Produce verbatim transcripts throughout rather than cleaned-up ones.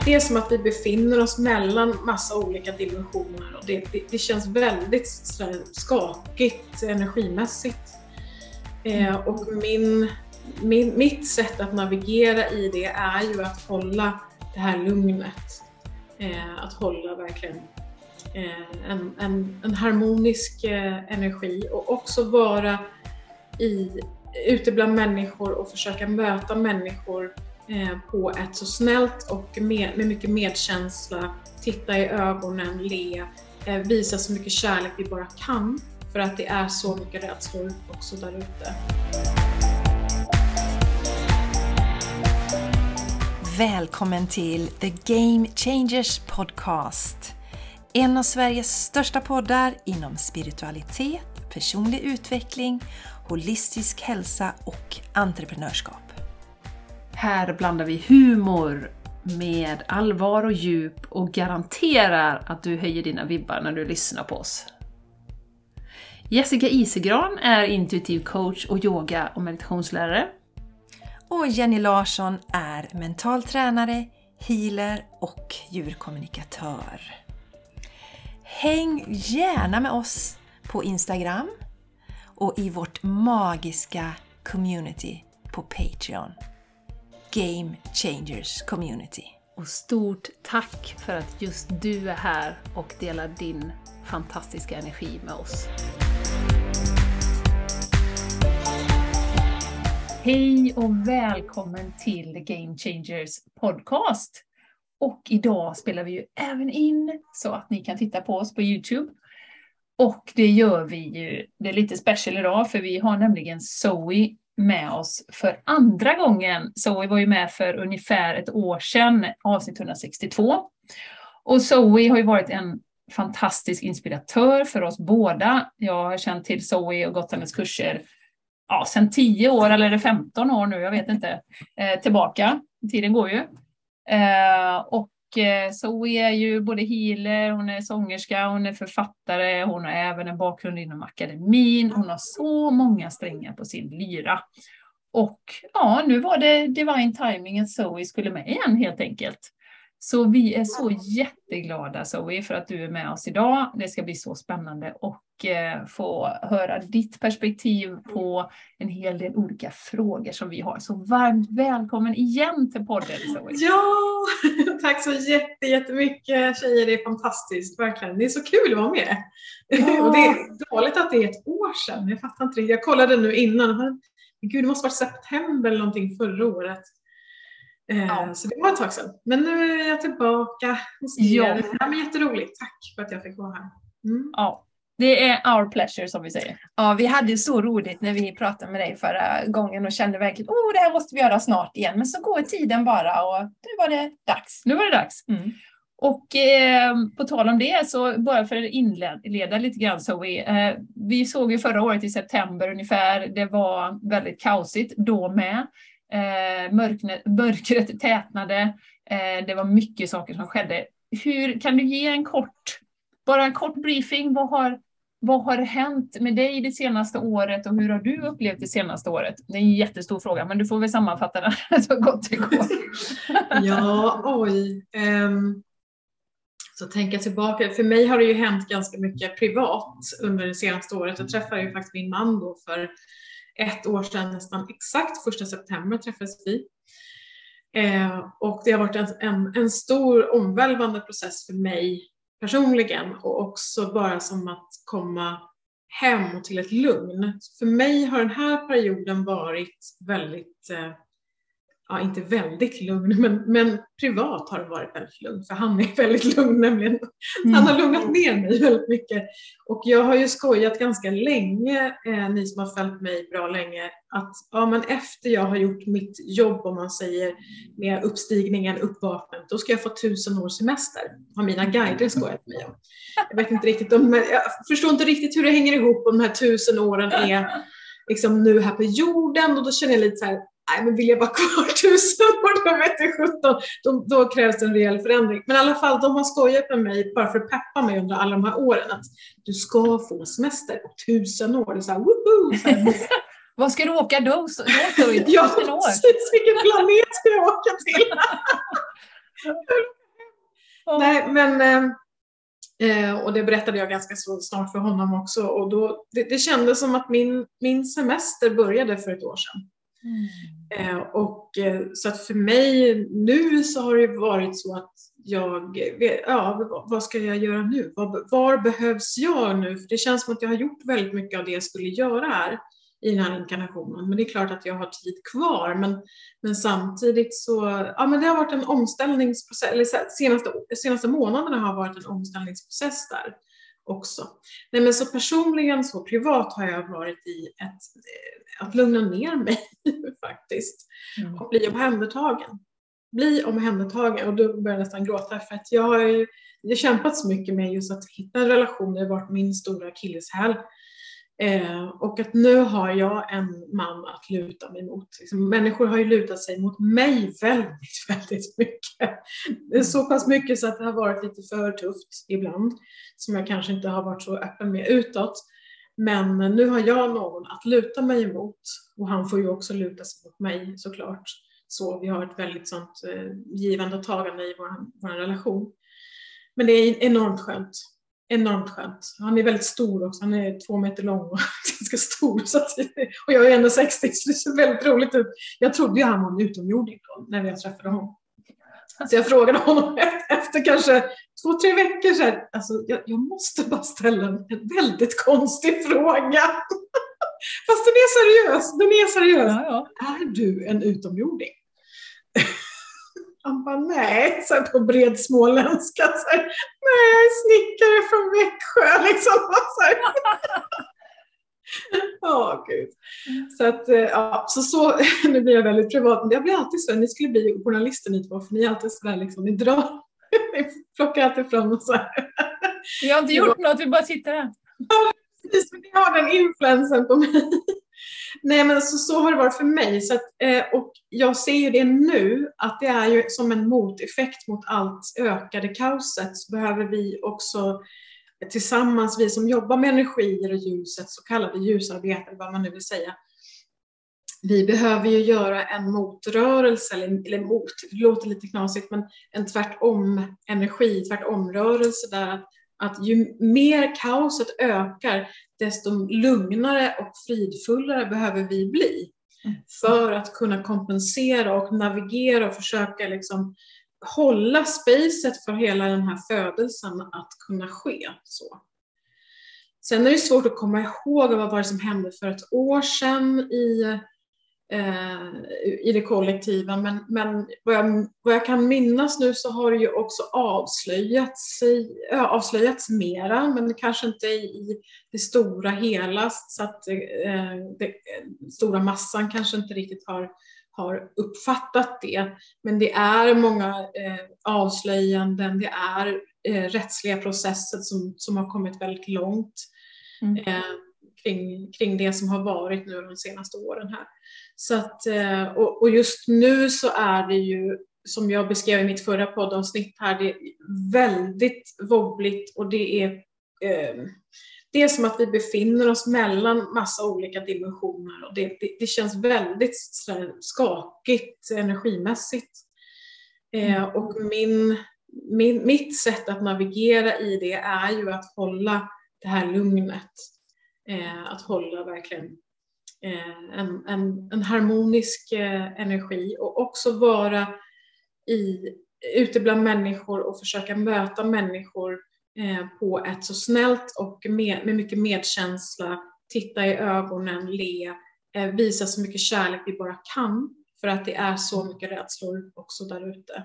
Det är som att vi befinner oss mellan massa olika dimensioner och det, det, det känns väldigt skakigt energimässigt. Eh, och min, min, mitt sätt att navigera i det är ju att hålla det här lugnet. Eh, att hålla verkligen eh, en, en, en harmonisk eh, energi och också vara i, ute bland människor och försöka möta människor eh, på ett så snällt och med, med mycket medkänsla, titta i ögonen, le, eh, visa så mycket kärlek vi bara kan, för att det är så mycket rädslor också där ute. Välkommen till The Game Changers podcast. En av Sveriges största poddar inom spiritualitet, personlig utveckling, holistisk hälsa och entreprenörskap. Här blandar vi humor med allvar och djup och garanterar att du höjer dina vibbar när du lyssnar på oss. Jessica Isegran är intuitiv coach och yoga- och meditationslärare. Och Jenny Larsson är mental tränare, healer och djurkommunikatör. Häng gärna med oss på Instagram och i vårt magiska community på Patreon. Game Changers Community. Och stort tack för att just du är här och delar din fantastiska energi med oss. Hej och välkommen till The Game Changers podcast. Och idag spelar vi ju även in så att ni kan titta på oss på YouTube. Och det gör vi ju, det är lite special idag för vi har nämligen Zoe med oss för andra gången. Zoe var ju med för ungefär ett år sedan, avsnitt etthundrasextiotvå. Och Zoe har ju varit en fantastisk inspiratör för oss båda. Jag har känt till Zoe och gått hennes kurser ja, sedan tio år eller är det femton år nu, jag vet inte, eh, tillbaka. Tiden går ju. Eh, och eh, Zoe är ju både healer, hon är sångerska, hon är författare, hon har även en bakgrund inom akademin. Hon har så många strängar på sin lyra. Och ja, nu var det divine timing att Zoe skulle med igen helt enkelt. Så vi är så jätteglada Zoe för att du är med oss idag. Det ska bli så spännande och eh, få höra ditt perspektiv på en hel del olika frågor som vi har. Så varmt välkommen igen till podden Zoe. Ja, tack så jätte, jättemycket tjejer, det är fantastiskt, verkligen. Det är så kul att vara med. Ja. Och det är dåligt att det är ett år sedan, jag fattar inte riktigt. Jag kollade nu innan, men gud det måste vara september eller någonting förra året. Ja. Så det var ett tag sedan. Men nu är jag tillbaka. Ja. Ja, men jätteroligt. Tack för att jag fick vara här. Mm. Ja, det är our pleasure som vi säger. Ja, vi hade så roligt när vi pratade med dig förra gången och kände verkligen, oh det här måste vi göra snart igen. Men så går tiden bara och nu var det dags. Nu var det dags. Mm. Och eh, på tal om det så bara för att inleda lite grann så vi, eh, vi såg ju förra året i september ungefär. Det var väldigt kaosigt då med. Eh, mörknet, mörkret tätnade, eh, det var mycket saker som skedde. Hur kan du ge en kort, bara en kort briefing, vad har, vad har hänt med dig det senaste året och hur har du upplevt det senaste året? Det är en jättestor fråga, men du får väl sammanfatta den så gott det går. Ja, oj. Um, så tänka tillbaka, för mig har det ju hänt ganska mycket privat under det senaste året. Jag träffade ju faktiskt min man då för ett år sedan, nästan exakt första september träffades vi. Eh, och det har varit en, en, en stor omvälvande process för mig personligen och också bara som att komma hem och till ett lugn. För mig har den här perioden varit väldigt, eh, ja inte väldigt lugn, men, men privat har det varit väldigt lugn. För han är väldigt lugn nämligen. Mm. Han har lugnat ner mig väldigt mycket. Och jag har ju skojat ganska länge, eh, ni som har följt mig bra länge, att ja, men efter jag har gjort mitt jobb, om man säger, med uppstigningen, uppvaknandet, då ska jag få tusen års semester. Har mina guider skojat mig om. Jag vet inte riktigt om, jag förstår inte riktigt hur det hänger ihop om de här tusen åren är liksom nu här på jorden, och då känner jag lite så här, nej men vill jag vara kvar tusen år, då vet jag sjutton, då, då krävs det en rejäl förändring. Men i alla fall, de har skojat med mig bara för att peppa mig under alla de här åren att du ska få semester på tusen år. Det är så här, woho! Så här. Vad ska du åka då? då i ja, precis, vilken planet ska jag åka till? oh. Nej, men eh, och det berättade jag ganska så snart för honom också. Och då, det, det kändes som att min, min semester började för ett år sedan. Mm. Eh, och eh, så att för mig nu så har det varit så att jag, ja, vad ska jag göra nu? Var, var behövs jag nu? För det känns som att jag har gjort väldigt mycket av det jag skulle göra här i den här inkarnationen. Men det är klart att jag har tid kvar. Men, men samtidigt så, ja men det har varit en omställningsprocess, eller senaste, senaste månaderna har varit en omställningsprocess där också. Nej men så personligen, så privat har jag varit i ett, att lugna ner mig faktiskt. Mm. Och bli omhändertagen. Bli omhändertagen, och då börjar jag nästan gråta för att jag har ju jag har kämpat så mycket med just att hitta en relation. Det har varit min stora akilleshäl. Eh, och att nu har jag en man att luta mig mot. Liksom, människor har ju lutat sig mot mig väldigt, väldigt mycket. Det är så pass mycket så att det har varit lite för tufft ibland. Som jag kanske inte har varit så öppen med utåt. Men nu har jag någon att luta mig emot. Och han får ju också luta sig mot mig såklart. Så vi har ett väldigt sånt eh, givande och tagande i vår, vår relation. Men det är enormt skönt. Enormt skönt. Han är väldigt stor också. Han är två meter lång och ganska stor. Så att, och jag är ändå sextio, så det ser väldigt roligt ut. Jag trodde ju han var en utomjording då, när jag träffade honom. Så jag frågade honom efter kanske två, tre veckor så här, alltså jag, jag måste bara ställa en väldigt konstig fråga. Fast den är seriös. Den är seriös. Ja, ja. Är du en utomjording? Han bara, nej, så här på bred småländska. Så här, nej, snickare från Växjö. Liksom. Så här. Ja, oh, gud. Så att, ja, så, så nu blir jag väldigt privat. Men jag blir alltid så, ni skulle bli journalister ni två, för ni är alltid så där, liksom, ni drar, ni plockar alltid fram och så här. Vi har inte gjort något, vi bara sitter här. Ja, precis, men ni har den influensen på mig. Nej, men så, så har det varit för mig. Så att, eh, och jag ser ju det nu, att det är ju som en moteffekt mot allt ökade kaoset. Så behöver vi också tillsammans, vi som jobbar med energier och ljuset, så kallade ljusarbetare, vad man nu vill säga. Vi behöver ju göra en motrörelse, eller, eller mot, det låter lite knasigt, men en tvärtom energi, tvärtomrörelse där att, att ju mer kaoset ökar, desto lugnare och fridfullare behöver vi bli. För att kunna kompensera och navigera och försöka liksom hålla spacet för hela den här födelsen att kunna ske. Så. Sen är det svårt att komma ihåg vad var det som hände för ett år sedan i, eh, i det kollektiva. Men, men vad, jag, vad jag kan minnas nu så har det ju också avslöjats, äh, avslöjats mera. Men kanske inte i det stora hela. Så att eh, det, stora massan kanske inte riktigt har har uppfattat det. Men det är många eh, avslöjanden, det är eh, rättsliga processer som, som har kommit väldigt långt mm. eh, kring, kring det som har varit nu de senaste åren här. Så att, eh, och, och just nu så är det ju, som jag beskrev i mitt förra poddavsnitt här, det är väldigt wobbligt och det är eh, det är som att vi befinner oss mellan massa olika dimensioner och det, det, det känns väldigt sådär, skakigt energimässigt. Eh, och min, min, mitt sätt att navigera i det är ju att hålla det här lugnet. Eh, att hålla verkligen eh, en, en, en harmonisk eh, energi och också vara i, ute bland människor och försöka möta människor på ett så snällt och med, med mycket medkänsla, titta i ögonen, le, visa så mycket kärlek vi bara kan, för att det är så mycket rädslor också där ute.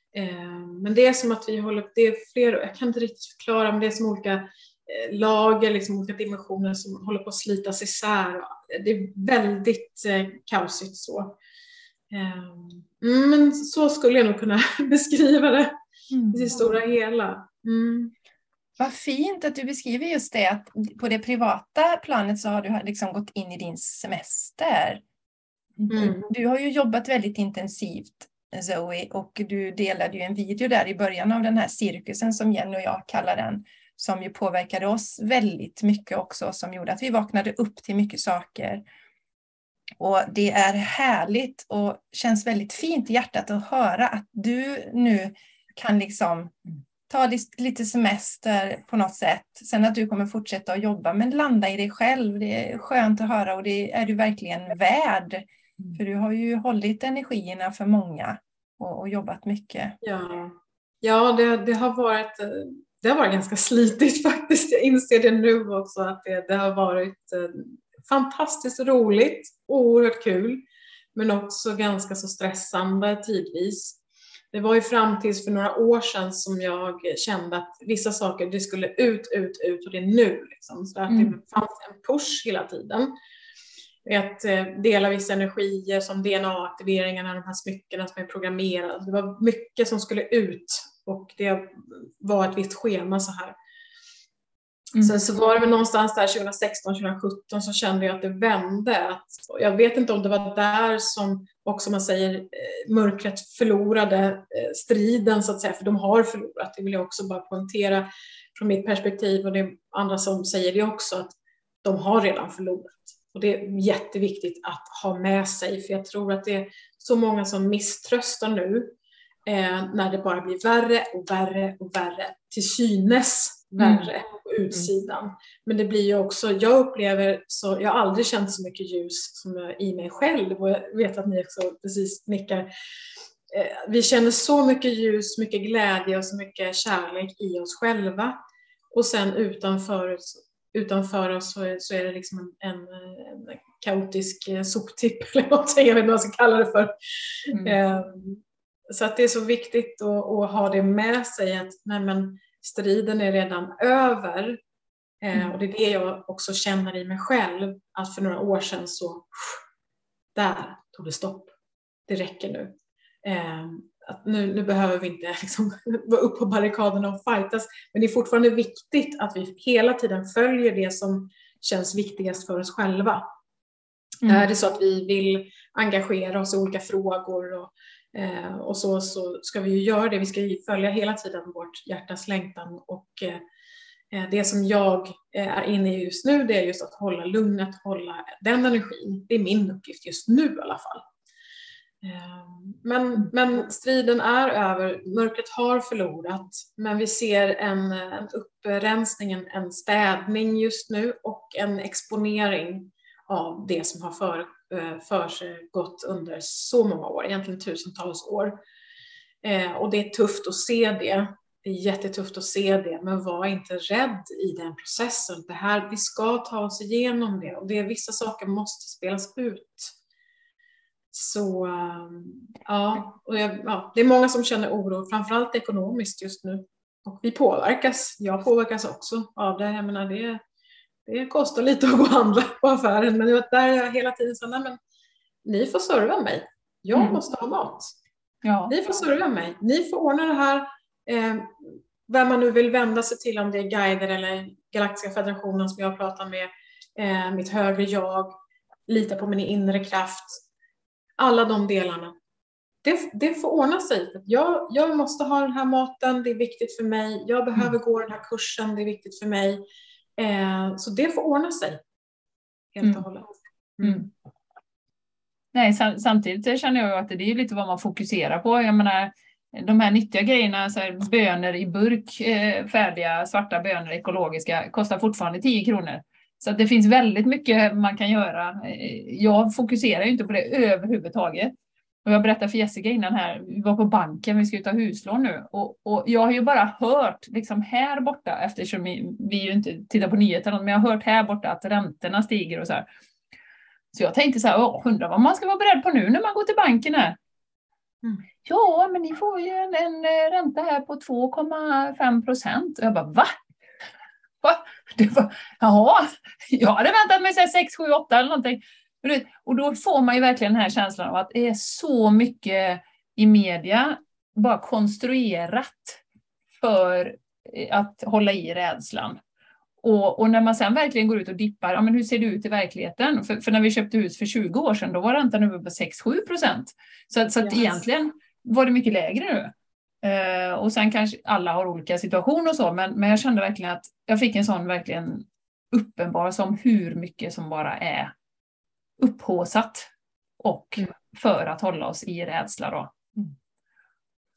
Men det är som att vi håller, det är fler, jag kan inte riktigt förklara, men det är som olika lager, liksom olika dimensioner som håller på att slitas isär. Det är väldigt kaosigt så. Men så skulle jag nog kunna beskriva det i det stora hela. Mm. Vad fint att du beskriver just det, att på det privata planet så har du liksom gått in i din semester. Mm. Du har ju jobbat väldigt intensivt, Zoe, och du delade ju en video där i början av den här cirkusen som Jenny och jag kallar den, som ju påverkade oss väldigt mycket också, som gjorde att vi vaknade upp till mycket saker. Och det är härligt och känns väldigt fint i hjärtat att höra att du nu kan liksom ta lite semester på något sätt. Sen att du kommer fortsätta att jobba, men landa i dig själv. Det är skönt att höra och det är du verkligen värd. Mm. För du har ju hållit energierna för många och, och jobbat mycket. Ja, ja det, det, har varit, det har varit ganska slitigt faktiskt. Jag inser det nu också att det, det har varit fantastiskt roligt, oerhört kul. Men också ganska så stressande tidvis. Det var ju fram tills för några år sedan som jag kände att vissa saker, det skulle ut, ut, ut och det är nu. Liksom. Så att mm. det fanns en push hela tiden. Att dela vissa energier som D N A-aktiveringarna, de här smyckena som är programmerade. Det var mycket som skulle ut och det var ett visst schema så här. Mm. Sen så var det väl någonstans där tjugo sexton tjugo sjutton så kände jag att det vände. Att, jag vet inte om det var där som också man säger mörkret förlorade striden så att säga. För de har förlorat. Det vill jag också bara poängtera från mitt perspektiv. Och det är andra som säger det också. Att de har redan förlorat. Och det är jätteviktigt att ha med sig. För jag tror att det är så många som misströstar nu. Eh, när det bara blir värre och värre och värre. Till synes värre mm. på utsidan. Mm. Men det blir ju också, jag upplever så, jag har aldrig känt så mycket ljus som jag i mig själv. Och jag vet att ni också precis nickar. Eh, vi känner så mycket ljus, mycket glädje och så mycket kärlek i oss själva. Och sen utanför, utanför oss så är, så är det liksom en, en, en kaotisk soptipp. Eller någonting, jag vet inte vad jag ska kalla det för. Mm. Eh, så att det är så viktigt att, att ha det med sig att nej men, striden är redan över. Eh, och det är det jag också känner i mig själv. Att för några år sedan så där tog det stopp. Det räcker nu. Eh, att nu, nu behöver vi inte liksom vara upp på barrikaderna och fightas. Men det är fortfarande viktigt att vi hela tiden följer det som känns viktigast för oss själva. Mm. Är det så att vi vill engagera oss i olika frågor och Eh, och så, så ska vi ju göra det. Vi ska ju följa hela tiden vårt hjärtas längtan. Och eh, det som jag är inne i just nu, det är just att hålla lugnet, hålla den energin. Det är min uppgift just nu i alla fall. Eh, men, men striden är över. Mörkret har förlorat. Men vi ser en, en upprensning, en, en städning just nu. Och en exponering av det som har förekommit för sig gått under så många år, egentligen tusentals år. Eh, och det är tufft att se det. Det är jättetufft att se det, men var inte rädd i den processen. Det här, vi ska ta oss igenom det. Och det är vissa saker måste spelas ut. Så ja, och jag, ja, det är många som känner oro, framförallt ekonomiskt just nu. Och vi påverkas, jag påverkas också av det. Jag menar, det är Det kostar lite att gå och handla på affären. Men där är jag hela tiden så, nej men ni får serva mig. Jag mm. måste ha mat. Ja. Ni får serva mig. Ni får ordna det här. Eh, vem man nu vill vända sig till, om det är guider eller Galaktiska federationen som jag pratar med. Eh, mitt högre jag. Lita på min inre kraft. Alla de delarna. Det, det får ordna sig. Jag, jag måste ha den här maten. Det är viktigt för mig. Jag behöver mm. gå den här kursen. Det är viktigt för mig. Eh, så det får ordna sig helt och hållet. Mm. Mm. Nej, sam- samtidigt känner jag att det är lite vad man fokuserar på. Jag menar, de här nyttiga grejerna, så här, bönor i burk, eh, färdiga svarta bönor, ekologiska, kostar fortfarande tio kronor. Så att det finns väldigt mycket man kan göra. Jag fokuserar ju inte på det överhuvudtaget. Och jag berättade för Jessica innan här, vi var på banken, vi ska ta huslån nu. Och, och jag har ju bara hört, liksom här borta, eftersom vi, vi ju inte tittar på nyheterna, men jag har hört här borta att räntorna stiger och så här. Så jag tänkte så här, åh, undrar vad man ska vara beredd på nu när man går till banken här. Mm. Ja, men ni får ju en, en ränta här på två komma fem procent. Och jag bara, va? va? Det var, jaha, jag hade väntat mig så här sex, sju, åtta eller någonting. Och då får man ju verkligen den här känslan av att det är så mycket i media bara konstruerat för att hålla i rädslan. Och, och när man sen verkligen går ut och dippar, ja men hur ser det ut i verkligheten? För, för när vi köpte hus för tjugo år sedan, då var räntan uppe på sex till sju procent. Så, så att yes. egentligen var det mycket lägre nu. Uh, och sen kanske alla har olika situationer och så, men, men jag kände verkligen att jag fick en sån verkligen uppenbar som hur mycket som bara är upphåsat och mm. för att hålla oss i rädsla då. Mm.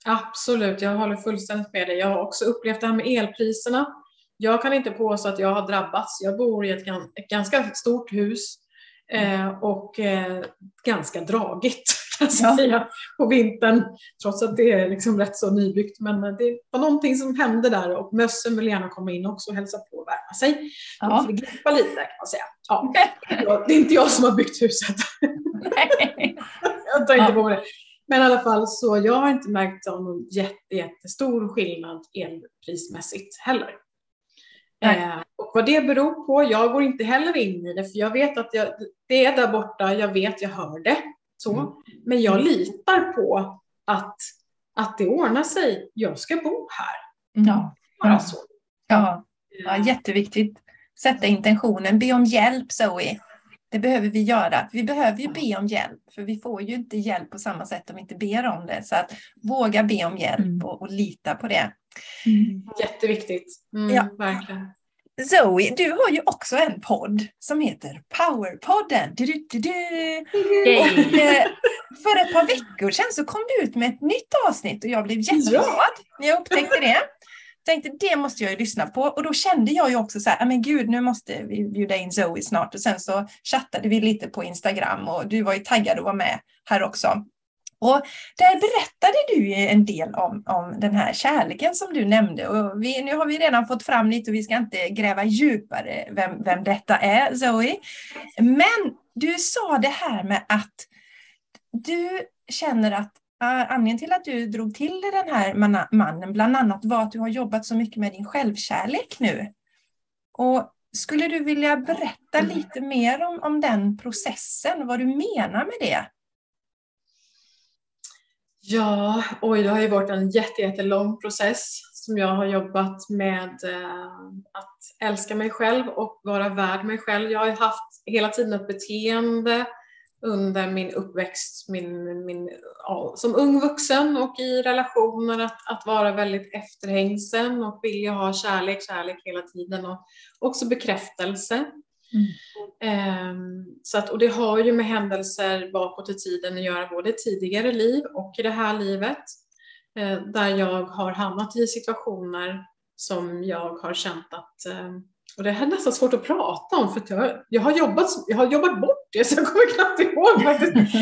Absolut, jag håller fullständigt med dig. Jag har också upplevt det här med elpriserna. Jag kan inte påstå att jag har drabbats. Jag bor i ett, ett ganska stort hus eh, och eh, ganska dragigt kan jag Ja. säga på vintern. Trots att det är liksom rätt så nybyggt. Men det var någonting som hände där och mössen vill gärna komma in också och hälsa på och värma sig. Ja. Då får det glippa lite kan man säga. Ja. Det är inte jag som har byggt huset. Nej. Jag tar inte Ja. på det. Men i alla fall så jag har inte märkt av någon jätte, jättestor skillnad elprismässigt heller. Eh, och vad det beror på, jag går inte heller in i det för jag vet att jag, det är där borta, jag vet, jag hör det. Så. Mm. Men jag litar på att, att det ordnar sig. Jag ska bo här. Ja. Bara så. Ja. Ja, jätteviktigt. Sätta intentionen, be om hjälp Zoe. Det behöver vi göra. Vi behöver ju be om hjälp. För vi får ju inte hjälp på samma sätt om vi inte ber om det. Så att våga be om hjälp Mm. och, och lita på det. Mm. Jätteviktigt. Mm, Ja. Verkligen. Zoe, du har ju också en podd som heter Powerpodden. Du, du, du, du. Och, eh, för ett par veckor sedan så kom du ut med ett nytt avsnitt och jag blev jätteglad när jag upptäckte det. Tänkte det måste jag ju lyssna på och då kände jag ju också så här, men gud nu måste vi bjuda in Zoe snart och sen så chattade vi lite på Instagram och du var ju taggad att vara med här också. Och där berättade du ju en del om, om den här kärleken som du nämnde och vi, nu har vi redan fått fram lite och vi ska inte gräva djupare vem, vem detta är Zoe. Men du sa det här med att du känner att anledningen till att du drog till den här mannen bland annat var att du har jobbat så mycket med din självkärlek nu. Och skulle du vilja berätta lite mer om, om den processen, vad du menar med det? Ja, oj, det har ju varit en jätte, jättelång process som jag har jobbat med eh, att älska mig själv och vara värd mig själv. Jag har ju haft hela tiden ett beteende under min uppväxt min, min, ja, som ung vuxen och i relationer att, att vara väldigt efterhängsen och vilja ha kärlek, kärlek hela tiden och också bekräftelse. Mm. Um, så att, och det har ju med händelser bakåt i tiden att göra både tidigare liv och i det här livet uh, där jag har hamnat i situationer som jag har känt att uh, och det är nästan svårt att prata om för att jag, jag, har, jobbat, jag har jobbat bort det så jag kommer knappt ihåg faktiskt.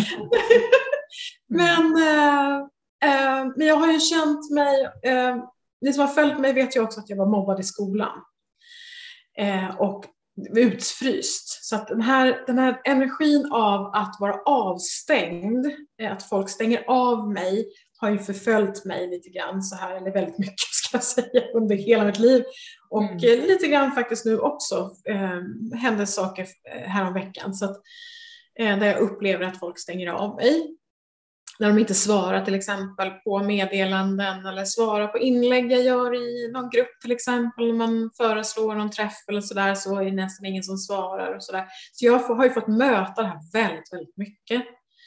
men, uh, uh, men jag har ju känt mig, uh, ni som har följt mig vet ju också att jag var mobbad i skolan uh, och utfryst. Så att den här, den här energin av att vara avstängd, att folk stänger av mig, har ju förföljt mig lite grann så här, eller väldigt mycket ska jag säga, under hela mitt liv. Och mm. lite grann faktiskt nu också eh, händer saker här om veckan så att, eh, där jag upplever att folk stänger av mig. När de inte svarar till exempel på meddelanden eller svarar på inlägg jag gör i någon grupp till exempel. När man föreslår någon träff eller sådär så är det nästan ingen som svarar och sådär. Så jag har ju fått möta det här väldigt, väldigt mycket.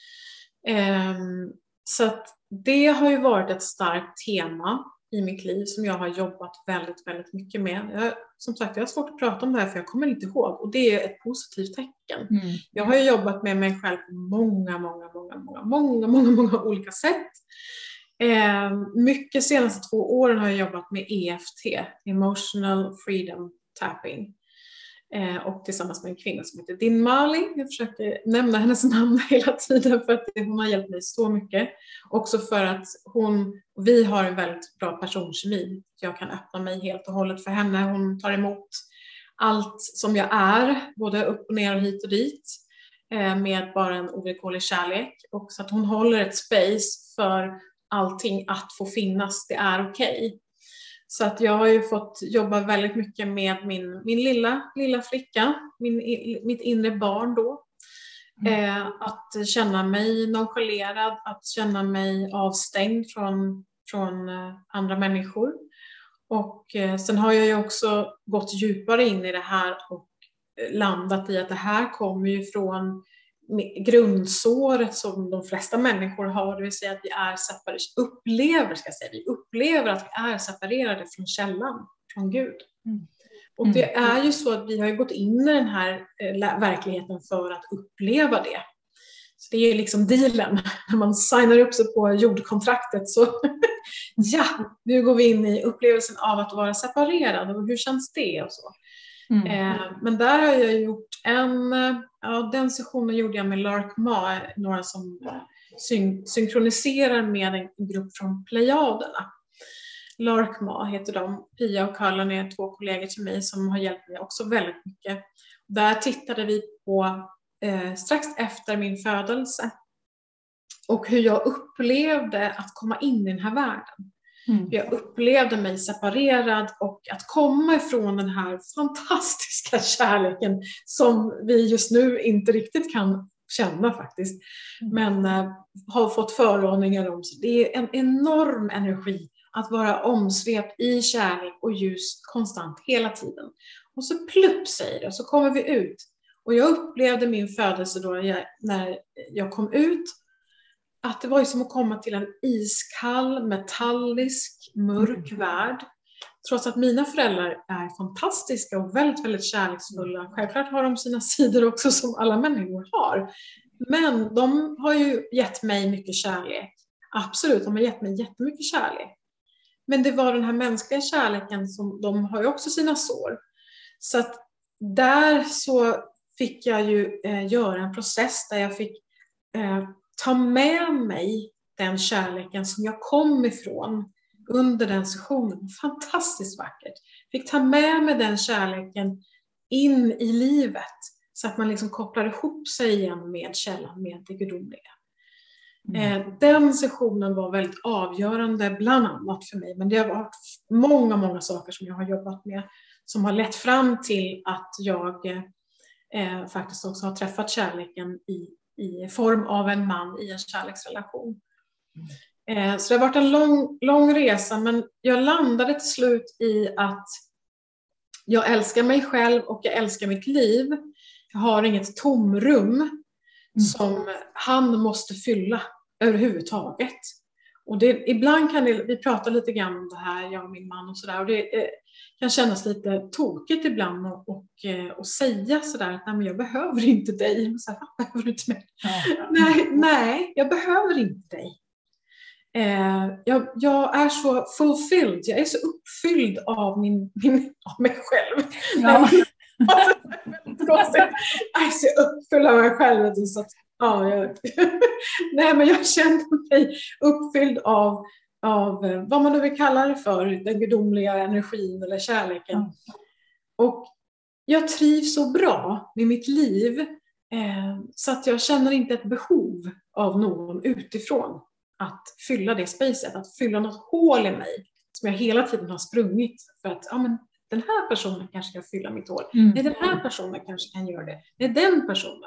Um, så att det har ju varit ett starkt tema i mitt liv som jag har jobbat väldigt, väldigt mycket med. Jag, som sagt, jag har svårt att prata om det här för jag kommer inte ihåg. Och det är ett positivt tecken. Mm. Jag har ju jobbat med mig själv på många, många, många, många, många, många, många olika sätt. Eh, mycket senaste två åren har jag jobbat med E F T, Emotional Freedom Tapping. Eh, och tillsammans med en kvinna som heter Din Mali. Jag försöker nämna hennes namn hela tiden för att hon har hjälpt mig så mycket. Också för att hon, vi har en väldigt bra personkemi. Jag kan öppna mig helt och hållet för henne. Hon tar emot allt som jag är, både upp och ner och hit och dit. Eh, med bara en ovillkorlig kärlek. Och så att hon håller ett space för allting att få finnas. Det är okej. Okay. Så att jag har ju fått jobba väldigt mycket med min, min lilla, lilla flicka, min, mitt inre barn då. Mm. Eh, att känna mig nonchalerad, att känna mig avstängd från, från eh, andra människor. Och eh, sen har jag ju också gått djupare in i det här och landat i att det här kommer ju från grundsåret som de flesta människor har, det vill säga att vi är separerade, upplever, ska jag säga, vi upplever att vi är separerade från källan, från Gud. Mm. Och det är ju så att vi har ju gått in i den här eh, verkligheten för att uppleva det. Så det är ju liksom dealen, när man signar upp sig på jordkontraktet så, ja, nu går vi in i upplevelsen av att vara separerad och hur känns det och så. Mm. Eh, men där har jag gjort en, ja, den sessionen gjorde jag med Lark Ma, några som syn- synkroniserar med en grupp från Plejaderna. Lark Ma heter de. Pia och Karlan är två kollegor till mig som har hjälpt mig också väldigt mycket. Där tittade vi på eh, strax efter min födelse och hur jag upplevde att komma in i den här världen. Mm. Jag upplevde mig separerad och att komma ifrån den här fantastiska kärleken som vi just nu inte riktigt kan känna faktiskt. Mm. Men eh, har fått föraningar om. Så det är en enorm energi att vara omsvept i kärlek och ljus konstant hela tiden. Och så plupp säger det och så kommer vi ut. Och jag upplevde min födelse då jag, när jag kom ut. Att det var ju som att komma till en iskall, metallisk, mörk värld. Trots att mina föräldrar är fantastiska och väldigt, väldigt kärleksfulla. Självklart har de sina sidor också som alla människor har. Men de har ju gett mig mycket kärlek. Absolut, de har gett mig jättemycket kärlek. Men det var den här mänskliga kärleken som de har ju också sina sår. Så att där så fick jag ju eh, göra en process där jag fick eh, ta med mig den kärleken som jag kom ifrån under den sessionen. Fantastiskt vackert. Fick ta med mig den kärleken in i livet så att man liksom kopplar ihop sig igen med källan, med det gudomliga. Mm. Den sessionen var väldigt avgörande bland annat för mig. Men det har varit många, många saker som jag har jobbat med som har lett fram till att jag eh, faktiskt också har träffat kärleken i, i form av en man i en kärleksrelation. Mm. Eh, så det har varit en lång, lång resa, men jag landade till slut i att jag älskar mig själv och jag älskar mitt liv. Jag har inget tomrum mm. som han måste fylla överhuvudtaget. Och det, ibland kan det, vi pratar lite grann om det här, jag och min man och sådär, och det eh, kan kännas lite tokigt ibland och, och, och säga sådär att nej, men jag behöver inte dig. Så här, behöver du inte mig? Ja. Nej, nej, jag behöver inte dig. Eh, jag, jag är så fulfilled, jag är så uppfylld av, min, min, av mig själv. Ja. Jag är så uppfylld av mig själv. Så att, ja, jag, nej, men jag känner mig uppfylld av, av vad man nu vill kalla det för, den gudomliga energin eller kärleken. Mm. Och jag trivs så bra med mitt liv eh, så att jag känner inte ett behov av någon utifrån att fylla det spacet, att fylla något hål i mig som jag hela tiden har sprungit för att ja, men den här personen kanske kan fylla mitt hål. Mm. Nej, den här personen kanske kan göra det. Det är den personen.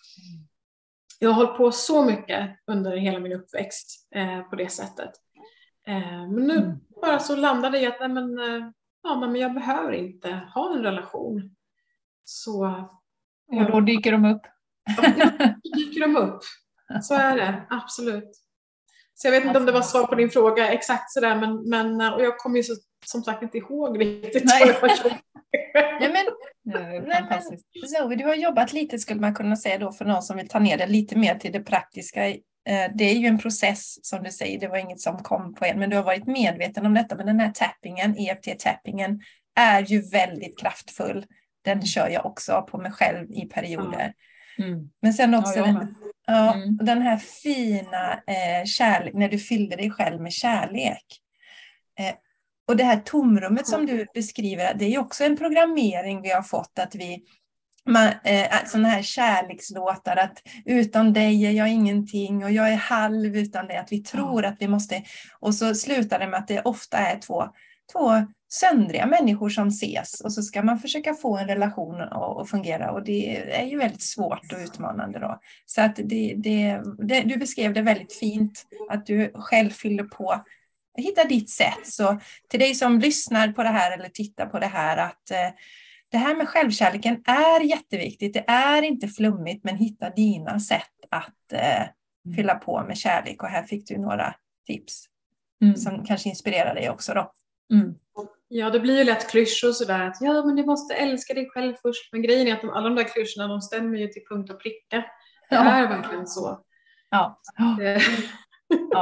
Jag har hållit på så mycket under hela min uppväxt eh, på det sättet. Eh, men nu mm. bara så landade jag att nej, men, eh, ja, men jag behöver inte ha en relation. Så, och då dyker de upp. Ja, då dyker de upp. Så är det, absolut. Så jag vet inte om det var svar på din fråga exakt sådär, men, men och jag kommer ju så, som sagt inte ihåg riktigt. Nej. Nej, men, nej, men Zoe, du har jobbat lite, skulle man kunna säga då, för någon som vill ta ner det lite mer till det praktiska. Det är ju en process som du säger, det var inget som kom på en, men du har varit medveten om detta. Men den här tappingen, E F T-tappingen, är ju väldigt kraftfull. Den kör jag också på mig själv i perioder. Mm. Men sen också ja, den, ja, mm. den här fina eh, kärlek, när du fyllde dig själv med kärlek. Eh, och det här tomrummet som du beskriver, det är ju också en programmering vi har fått, att vi man, eh, sådana här kärlekslåtar, att utan dig är jag ingenting och jag är halv utan det, att vi tror att vi måste, och så slutar det med att det ofta är två, två söndriga människor som ses och så ska man försöka få en relation att fungera, och det är ju väldigt svårt och utmanande då. Så att det, det, det, du beskrev det väldigt fint, att du själv fyller på, hitta ditt sätt. Så till dig som lyssnar på det här eller tittar på det här, att eh, det här med självkärleken är jätteviktigt. Det är inte flummigt, men hitta dina sätt att eh, fylla på med kärlek. Och här fick du några tips mm. som kanske inspirerar dig också då. Mm. Ja, det blir ju lätt klyschor sådär att ja, men du måste älska dig själv först. Men grejen är att de, alla de där klyschorna, de stämmer ju till punkt och pricka. Det ja. är verkligen så. Ja. ja.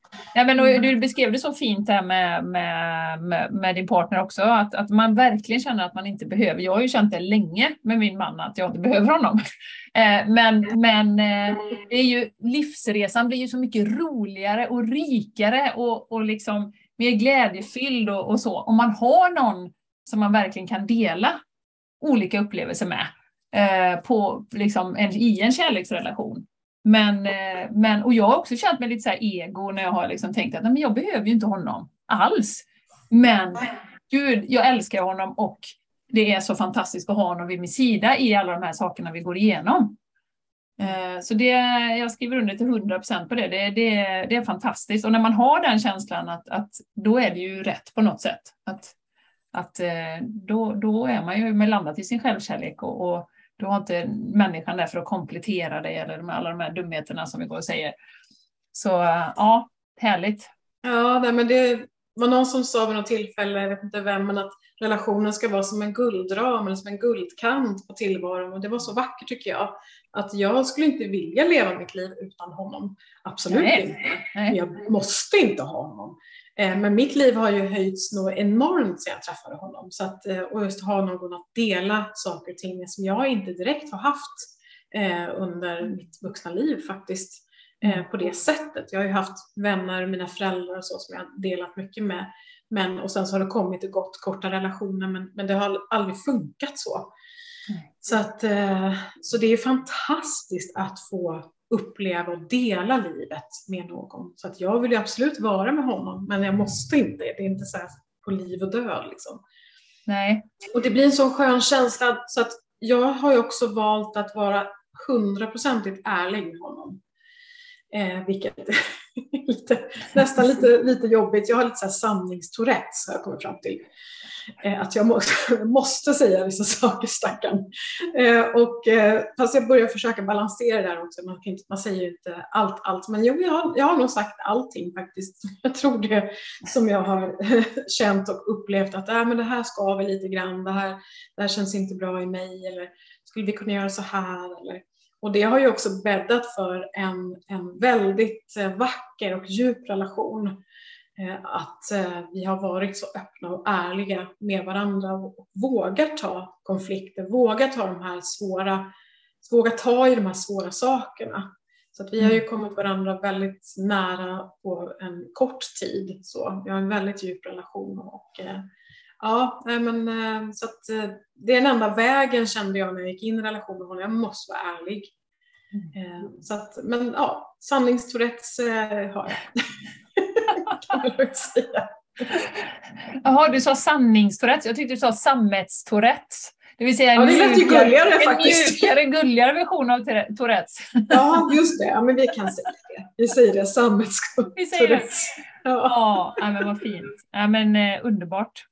Ja, men, och du beskrev det så fint här med, med, med, med din partner också, att, att man verkligen känner att man inte behöver. Jag har ju känt det länge med min man att jag inte behöver honom. Eh, men men eh, det är ju, livsresan blir ju så mycket roligare och rikare och, och liksom mer glädjefylld och, och så. Om man har någon som man verkligen kan dela olika upplevelser med eh, på, liksom, en, i en kärleksrelation. Men, men, och jag har också känt mig lite så här ego när jag har liksom tänkt att nej, men jag behöver ju inte honom alls. Men gud, jag älskar honom och det är så fantastiskt att ha honom vid min sida i alla de här sakerna vi går igenom. Så det, jag skriver under till hundra procent på det. Det, det. det är fantastiskt. Och när man har den känslan att, att då är det ju rätt på något sätt. Att, att då, då är man ju med landat i sin självkärlek och, och du har inte människan där för att komplettera dig eller med alla de här dumheterna som vi går och säger. Så ja, härligt. Ja, nej, men det var någon som sa vid något tillfälle, jag vet inte vem, men att relationen ska vara som en guldram eller som en guldkant på tillvaron. Och det var så vackert tycker jag. Att jag skulle inte vilja leva mitt liv utan honom. Absolut nej, inte. Nej. Jag måste inte ha honom. Men mitt liv har ju höjts nog enormt sedan jag träffade honom. Så att, och just ha någon att dela saker och ting med som jag inte direkt har haft under mitt vuxna liv faktiskt. På det sättet. Jag har ju haft vänner, mina föräldrar och så som jag har delat mycket med. Men, och sen så har det kommit och gått korta relationer. Men, men det har aldrig funkat så. Mm. Så, att, så det är fantastiskt att få uppleva och dela livet med någon. Så att jag vill ju absolut vara med honom. Men jag måste inte. Det är inte så här på liv och död liksom. Nej. Och det blir en sån skön känsla. Så att jag har ju också valt att vara hundraprocentigt ärlig med honom. Eh, vilket är lite, nästan lite, lite jobbigt. Jag har lite så här sanningstourettes har jag kommit fram till. Eh, att jag måste, måste säga vissa saker stackarn. Eh, och, eh, fast jag börjar försöka balansera det där också. Man, kan inte, man säger ju inte allt, allt. Men jo, jag, har, jag har nog sagt allting faktiskt. Jag tror det som jag har känt och upplevt. Att äh, men det här ska vi lite grann. Det här, det här känns inte bra i mig. Eller skulle vi kunna göra så här? Eller... Och det har ju också bäddat för en, en väldigt vacker och djup relation. Att vi har varit så öppna och ärliga med varandra och vågar ta konflikter, vågar ta de här svåra, vågar ta i de här svåra sakerna. Så att vi har ju kommit varandra väldigt nära på en kort tid. Så vi har en väldigt djup relation och ja, men så att det är den enda vägen kände jag när jag gick in i relation med honom. Jag måste vara ärlig. Mm. Så att, men ja, sanningstourettes har jag. Kan man nog säga. Jaha, du sa sanningstourettes. Jag tyckte du sa sammetstourettes. Det vill säga en, ja, det lät ju gulligare, en faktiskt. mjukare, gulligare version av tourettes. Ja, just det. Ja, men vi kan säga det. Vi säger det, sammetstourettes. Vi säger det. Ja, ja men vad fint. Ja, men eh, underbart.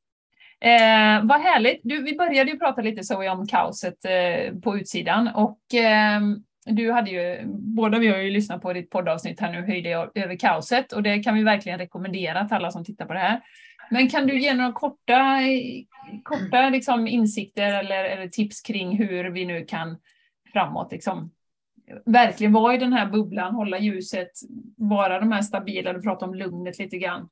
Eh, vad härligt. Du, vi började ju prata lite så om kaoset eh, på utsidan och eh, du hade ju, båda vi har ju lyssnat på ditt poddavsnitt här nu, Höjde över kaoset, och det kan vi verkligen rekommendera till alla som tittar på det här. Men kan du ge några korta, korta liksom, insikter eller, eller tips kring hur vi nu kan framåt liksom, verkligen vara i den här bubblan, hålla ljuset, vara de här stabila, du pratar om lugnet lite grann.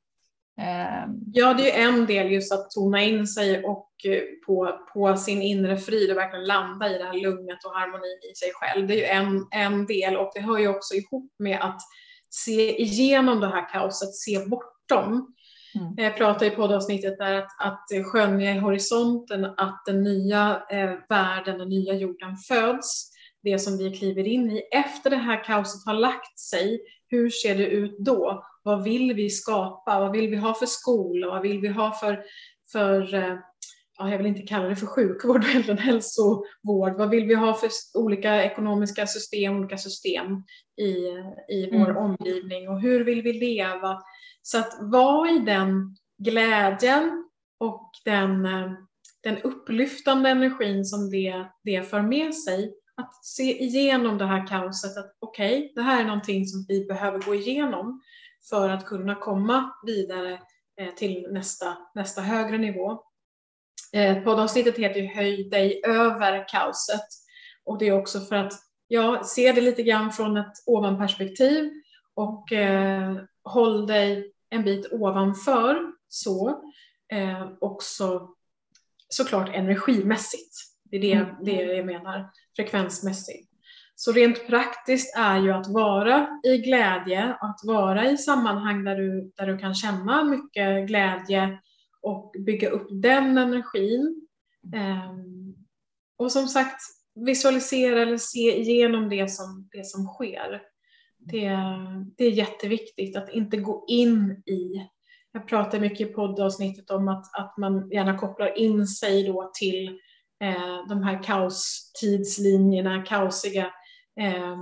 Ja, det är ju en del just att tona in sig och på, på sin inre frid och verkligen landa i det här lugnet och harmonin i sig själv. Det är ju en, en del, och det hör ju också ihop med att se igenom det här kaoset, se bortom. Mm. Jag pratar i poddavsnittet där att, att skönja i horisonten att den nya eh, världen, den nya jorden föds. Det som vi kliver in i efter det här kaoset har lagt sig. Hur ser det ut då? Vad vill vi skapa? Vad vill vi ha för skola? Vad vill vi ha för, för ja, jag vill inte kalla det för sjukvård eller en hälsovård. Vad vill vi ha för olika ekonomiska system, olika system i, i vår mm. omgivning? Och hur vill vi leva? Så att vara i den glädjen och den, den upplyftande energin som det, det för med sig. Att se igenom det här kaoset, att okej, okay, det här är någonting som vi behöver gå igenom för att kunna komma vidare till nästa, nästa högre nivå. Poddavsnittet heter ju Höj dig över kaoset, och det är också för att jag ser det lite grann från ett ovanperspektiv och, håll dig en bit ovanför så. Eh, också såklart energimässigt. Det är det, mm. det jag menar, frekvensmässigt. Så rent praktiskt är ju att vara i glädje, att vara i sammanhang där du, där du kan känna mycket glädje och bygga upp den energin. Eh, och som sagt, visualisera eller se igenom det som, det som sker. Det, det är jätteviktigt att inte gå in i. Jag pratar mycket i poddavsnittet om att, att man gärna kopplar in sig då till eh, de här kaostidslinjerna, kaosiga eh,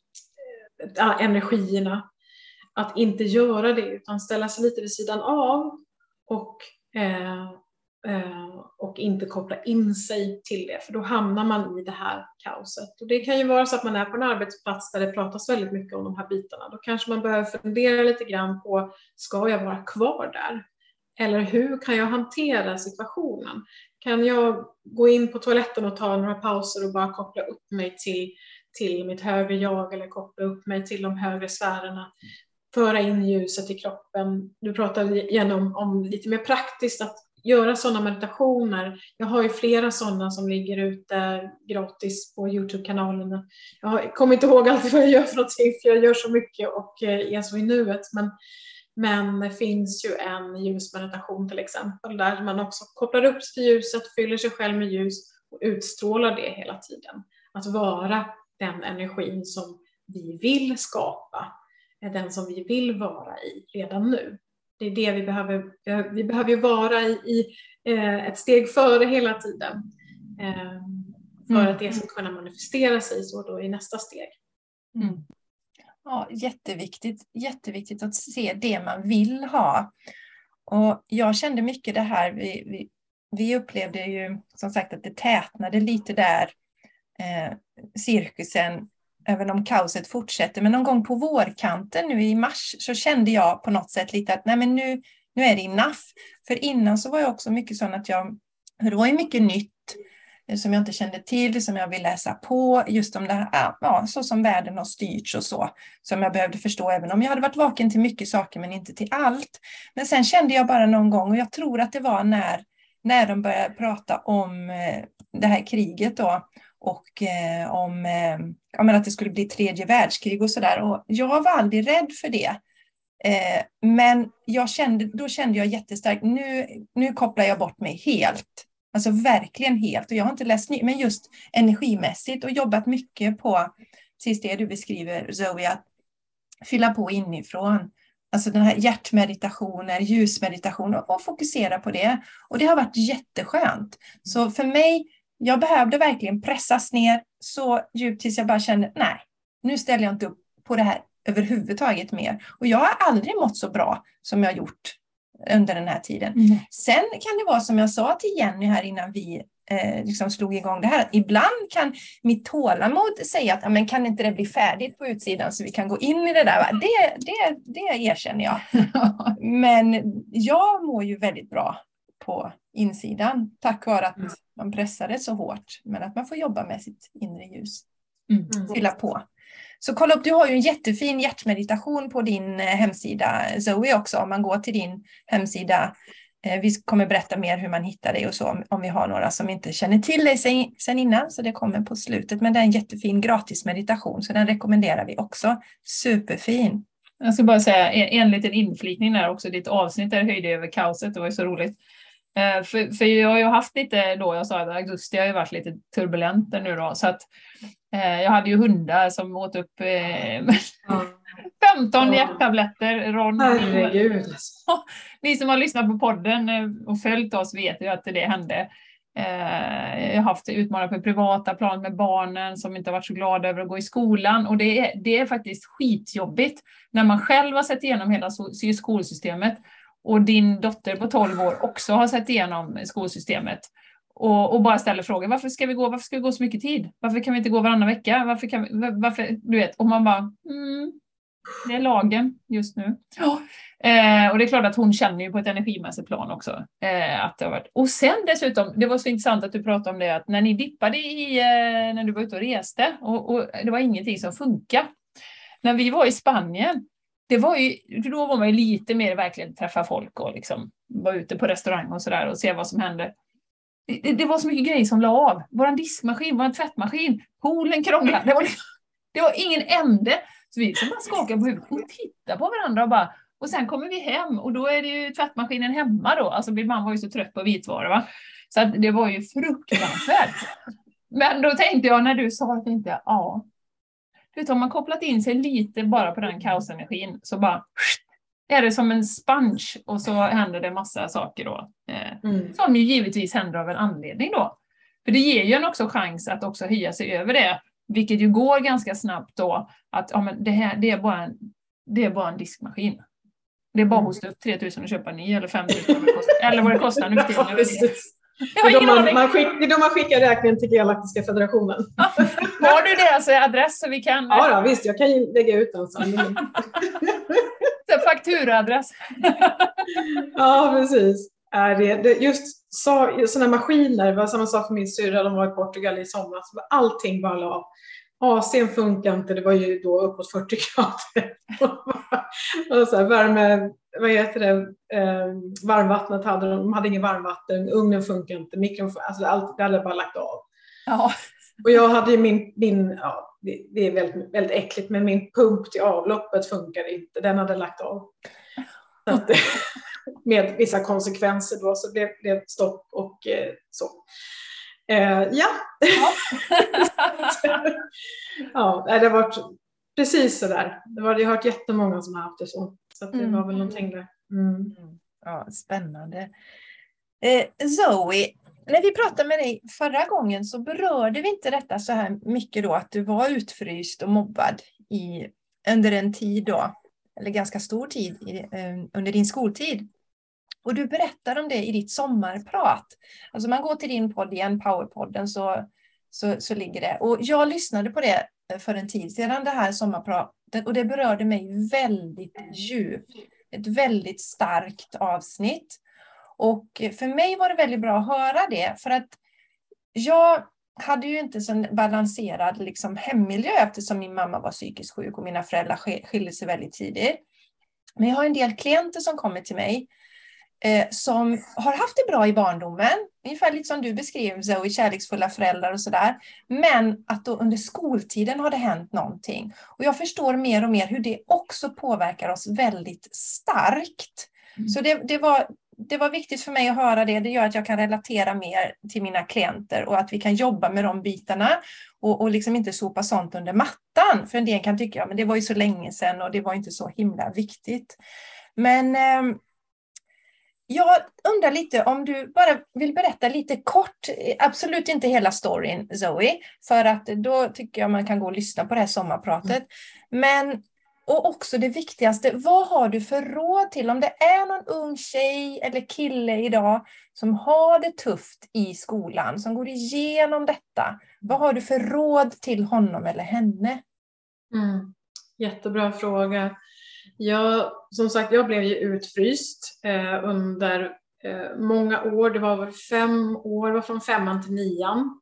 energierna. Att inte göra det utan ställa sig lite vid sidan av och, eh, eh, och inte koppla in sig till det. För då hamnar man i det här kaoset. Och det kan ju vara så att man är på en arbetsplats där det pratas väldigt mycket om de här bitarna. Då kanske man behöver fundera lite grann på, ska jag vara kvar där? Eller hur kan jag hantera situationen? Kan jag gå in på toaletten och ta några pauser och bara koppla upp mig till, till mitt högre jag eller koppla upp mig till de högre sfärerna? Föra in ljuset i kroppen. Du pratade igen om, om lite mer praktiskt att göra sådana meditationer. Jag har ju flera sådana som ligger ute gratis på YouTube-kanalen. Jag kommer inte ihåg alltid vad jag gör för någonting, för jag gör så mycket och är så i nuet. Men, men det finns ju en ljusmeditation till exempel, där man också kopplar upp till ljuset, fyller sig själv med ljus och utstrålar det hela tiden. Att vara den energin som vi vill skapa, den som vi vill vara i redan nu. Det är det vi behöver. Vi behöver ju vara i, i eh, ett steg före hela tiden. Eh, för mm. att det ska kunna manifestera sig så då i nästa steg. Mm. Ja, jätteviktigt. Jätteviktigt att se det man vill ha. Och jag kände mycket det här. Vi, vi, vi upplevde ju som sagt att det tätnade lite där. Eh, cirkusen. Även om kaoset fortsätter. Men någon gång på vårkanten nu i mars så kände jag på något sätt lite att nej men nu, nu är det enough. För innan så var jag också mycket sån att jag, det var ju mycket nytt som jag inte kände till, som jag vill läsa på. Just om det här, ja, så som världen har styrts och så. Som jag behövde förstå även om jag hade varit vaken till mycket saker men inte till allt. Men sen kände jag bara någon gång, och jag tror att det var när, när de började prata om eh, det här kriget då. Och eh, om eh, att det skulle bli tredje världskrig och sådär. Och jag var aldrig rädd för det. Eh, men jag kände, då kände jag jättestarkt, nu, nu kopplar jag bort mig helt. Alltså verkligen helt. Och jag har inte läst ny, men just energimässigt och jobbat mycket på, precis det du beskriver Zoe, att fylla på inifrån. Alltså den här hjärtmeditationer, ljusmeditationer och fokusera på det. Och det har varit jätteskönt. Så för mig, jag behövde verkligen pressas ner så djupt tills jag bara kände, nej, nu ställer jag inte upp på det här överhuvudtaget mer. Och jag har aldrig mått så bra som jag har gjort under den här tiden. Mm. Sen kan det vara som jag sa till Jenny här innan vi eh, liksom slog igång det här. Att ibland kan mitt tålamod säga att men kan inte det bli färdigt på utsidan så vi kan gå in i det där. Det, det, det erkänner jag. Men jag mår ju väldigt bra på insidan tack vare att mm. man pressade så hårt. Men att man får jobba med sitt inre ljus. Mm. Fylla på. Så kolla upp, du har ju en jättefin hjärtmeditation på din hemsida Zoe också. Om man går till din hemsida. Vi kommer berätta mer hur man hittar dig och så. Om vi har några som inte känner till dig sen innan. Så det kommer på slutet. Men det är en jättefin gratis meditation. Så den rekommenderar vi också. Superfin. Jag ska bara säga en, en liten inflikning där också. Ditt avsnitt där höjde över kaoset. Det var ju så roligt. Uh, för, för jag har ju haft lite då, jag sa att augusti har ju varit lite turbulent nu då. Så att uh, jag hade ju hundar som åt upp uh, mm. femton mm. hjärttabletter. Ron, herregud. Ni som har lyssnat på podden och följt oss vet ju att det hände. Uh, jag har haft utmaningar på privata plan med barnen som inte har varit så glada över att gå i skolan. Och det är, det är faktiskt skitjobbigt när man själv har sett igenom hela skolsystemet. Och din dotter på tolv år också har sett igenom skolsystemet. Och, och bara ställer frågan, varför ska vi gå, varför ska vi gå så mycket tid? Varför kan vi inte gå varannan vecka? Varför kan vi, varför, du vet, och man bara, mm, det är lagen just nu. Ja. Eh, och det är klart att hon känner ju på ett energimässigt plan också. Eh, att det har varit. Och sen dessutom, det var så intressant att du pratade om det, att när ni dippade i, eh, när du var ute och reste, och, och det var ingenting som funkar. När vi var i Spanien, det var ju, då var man ju lite mer verkligen träffa folk och liksom vara ute på restaurang och sådär och se vad som hände. Det, det var så mycket grejer som la av. Våran diskmaskin, våran tvättmaskin, poolen krånglade. Det var, det var ingen ände. Så vi som bara skakade på huvudet och tittade på varandra och bara, och sen kommer vi hem och då är det ju tvättmaskinen hemma då. Alltså min mamma var ju så trött på vitvaror, va. Så att det var ju fruktansvärt. Men då tänkte jag när du sa att inte, ja. Du vet, om man kopplat in sig lite bara på den kaosenergin så bara är det som en sponge och så händer det massa saker då. Eh, mm. Som ju givetvis händer av en anledning då. För det ger ju en också chans att också höja sig över det. Vilket ju går ganska snabbt då. Att ja, men det här det är, bara en, det är bara en diskmaskin. Det är bara att hosta upp tre tusen och köpa ny eller fem tusen. Eller vad det kostar nu för tiden. Det är, de man, man skick, det är då man skickar räkningen till Galaktiska federationen. Ja, har du deras adress så vi kan... Ja då, visst, jag kan ju lägga ut den sen. Fakturaadress. Ja, precis. Är det, det, just så, sådana maskiner, det var samma sak för min syrra, de var i Portugal i somras. Allting bara la. A C:n funkar inte, det var ju då uppåt fyrtio grader. Och så här, värme, vad heter det, eh, varmvattnet hade de, de hade ingen varmvatten, ugnen funkar inte, mikron, alltså allt, det hade bara lagt av. Ja. Och jag hade ju min, min ja, det, det är väldigt, väldigt äckligt, men min pump till avloppet funkar inte, den hade lagt av. Så att, med vissa konsekvenser då så blev det stopp och eh, så. Eh, ja. Ja. Ja, det har varit precis så där. Det var, jag har hört jättemånga som har haft det så. Så att det mm. var väl någonting där. Mm. Ja, spännande. Eh, Zoe, när vi pratade med dig förra gången så berörde vi inte detta så här mycket då. Att du var utfryst och mobbad i, under en tid då. Eller ganska stor tid i, eh, under din skoltid. Och du berättar om det i ditt sommarprat. Alltså man går till din podd igen, Powerpodden, så, så, så ligger det. Och jag lyssnade på det för en tid sedan, det här sommarpratet. Och det berörde mig väldigt djupt. Ett väldigt starkt avsnitt. Och för mig var det väldigt bra att höra det. För att jag hade ju inte så balanserad liksom, hemmiljö eftersom min mamma var psykiskt sjuk och mina föräldrar skilde sig väldigt tidigt. Men jag har en del klienter som kommer till mig. Eh, som har haft det bra i barndomen, ungefär lite som du beskrev Zoe, kärleksfulla föräldrar och sådär, men att då under skoltiden har det hänt någonting och jag förstår mer och mer hur det också påverkar oss väldigt starkt. Mm. Så det, det, var, det var viktigt för mig att höra det, det gör att jag kan relatera mer till mina klienter och att vi kan jobba med de bitarna och, och liksom inte sopa sånt under mattan, för en del kan tycka, ja, men det var ju så länge sedan och det var inte så himla viktigt. Men eh, jag undrar lite om du bara vill berätta lite kort, absolut inte hela storyn Zoe, för att då tycker jag man kan gå och lyssna på det här sommarpratet. Men, och också det viktigaste, vad har du för råd till om det är någon ung tjej eller kille idag som har det tufft i skolan, som går igenom detta. Vad har du för råd till honom eller henne? Mm. Jättebra fråga. Jag, som sagt, jag blev ju utfryst eh, under eh, många år. Det var väl fem år, det var från femman till nian.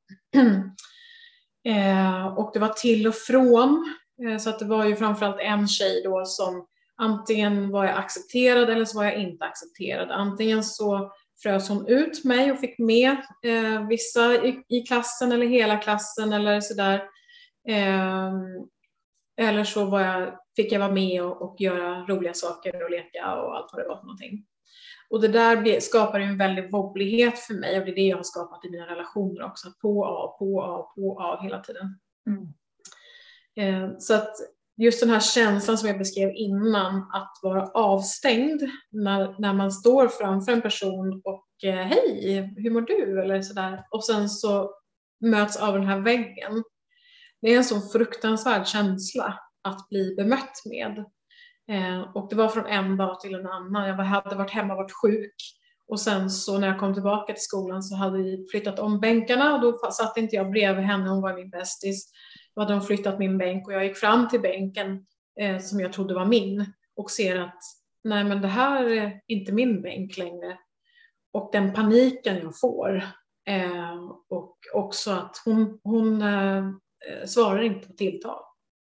eh, och det var till och från. Eh, så att det var ju framförallt en tjej då som antingen var jag accepterad eller så var jag inte accepterad. Antingen så frös hon ut mig och fick med eh, vissa i, i klassen eller hela klassen eller sådär. Eh, eller så var jag fick jag vara med och, och göra roliga saker och leka och allt vad det var för någonting. Och det där skapar en väldigt wobblighet för mig och det är det jag har skapat i mina relationer också. På, av, på, av, på, av hela tiden. Mm. Eh, så att just den här känslan som jag beskrev innan, att vara avstängd när, när man står framför en person och eh, hej, hur mår du? Eller sådär. Och sen så möts av den här väggen. Det är en sån fruktansvärd känsla att bli bemött med. Eh, och det var från en dag till en annan. Jag hade varit hemma och varit sjuk. Och sen så när jag kom tillbaka till skolan så hade vi flyttat om bänkarna. Och då satt inte jag bredvid henne, hon var min bästis. Då hade de flyttat min bänk och jag gick fram till bänken eh, som jag trodde var min. Och ser att nej men det här är inte min bänk längre. Och den paniken jag får. Eh, och också att hon, hon eh, svarar inte på tilltal.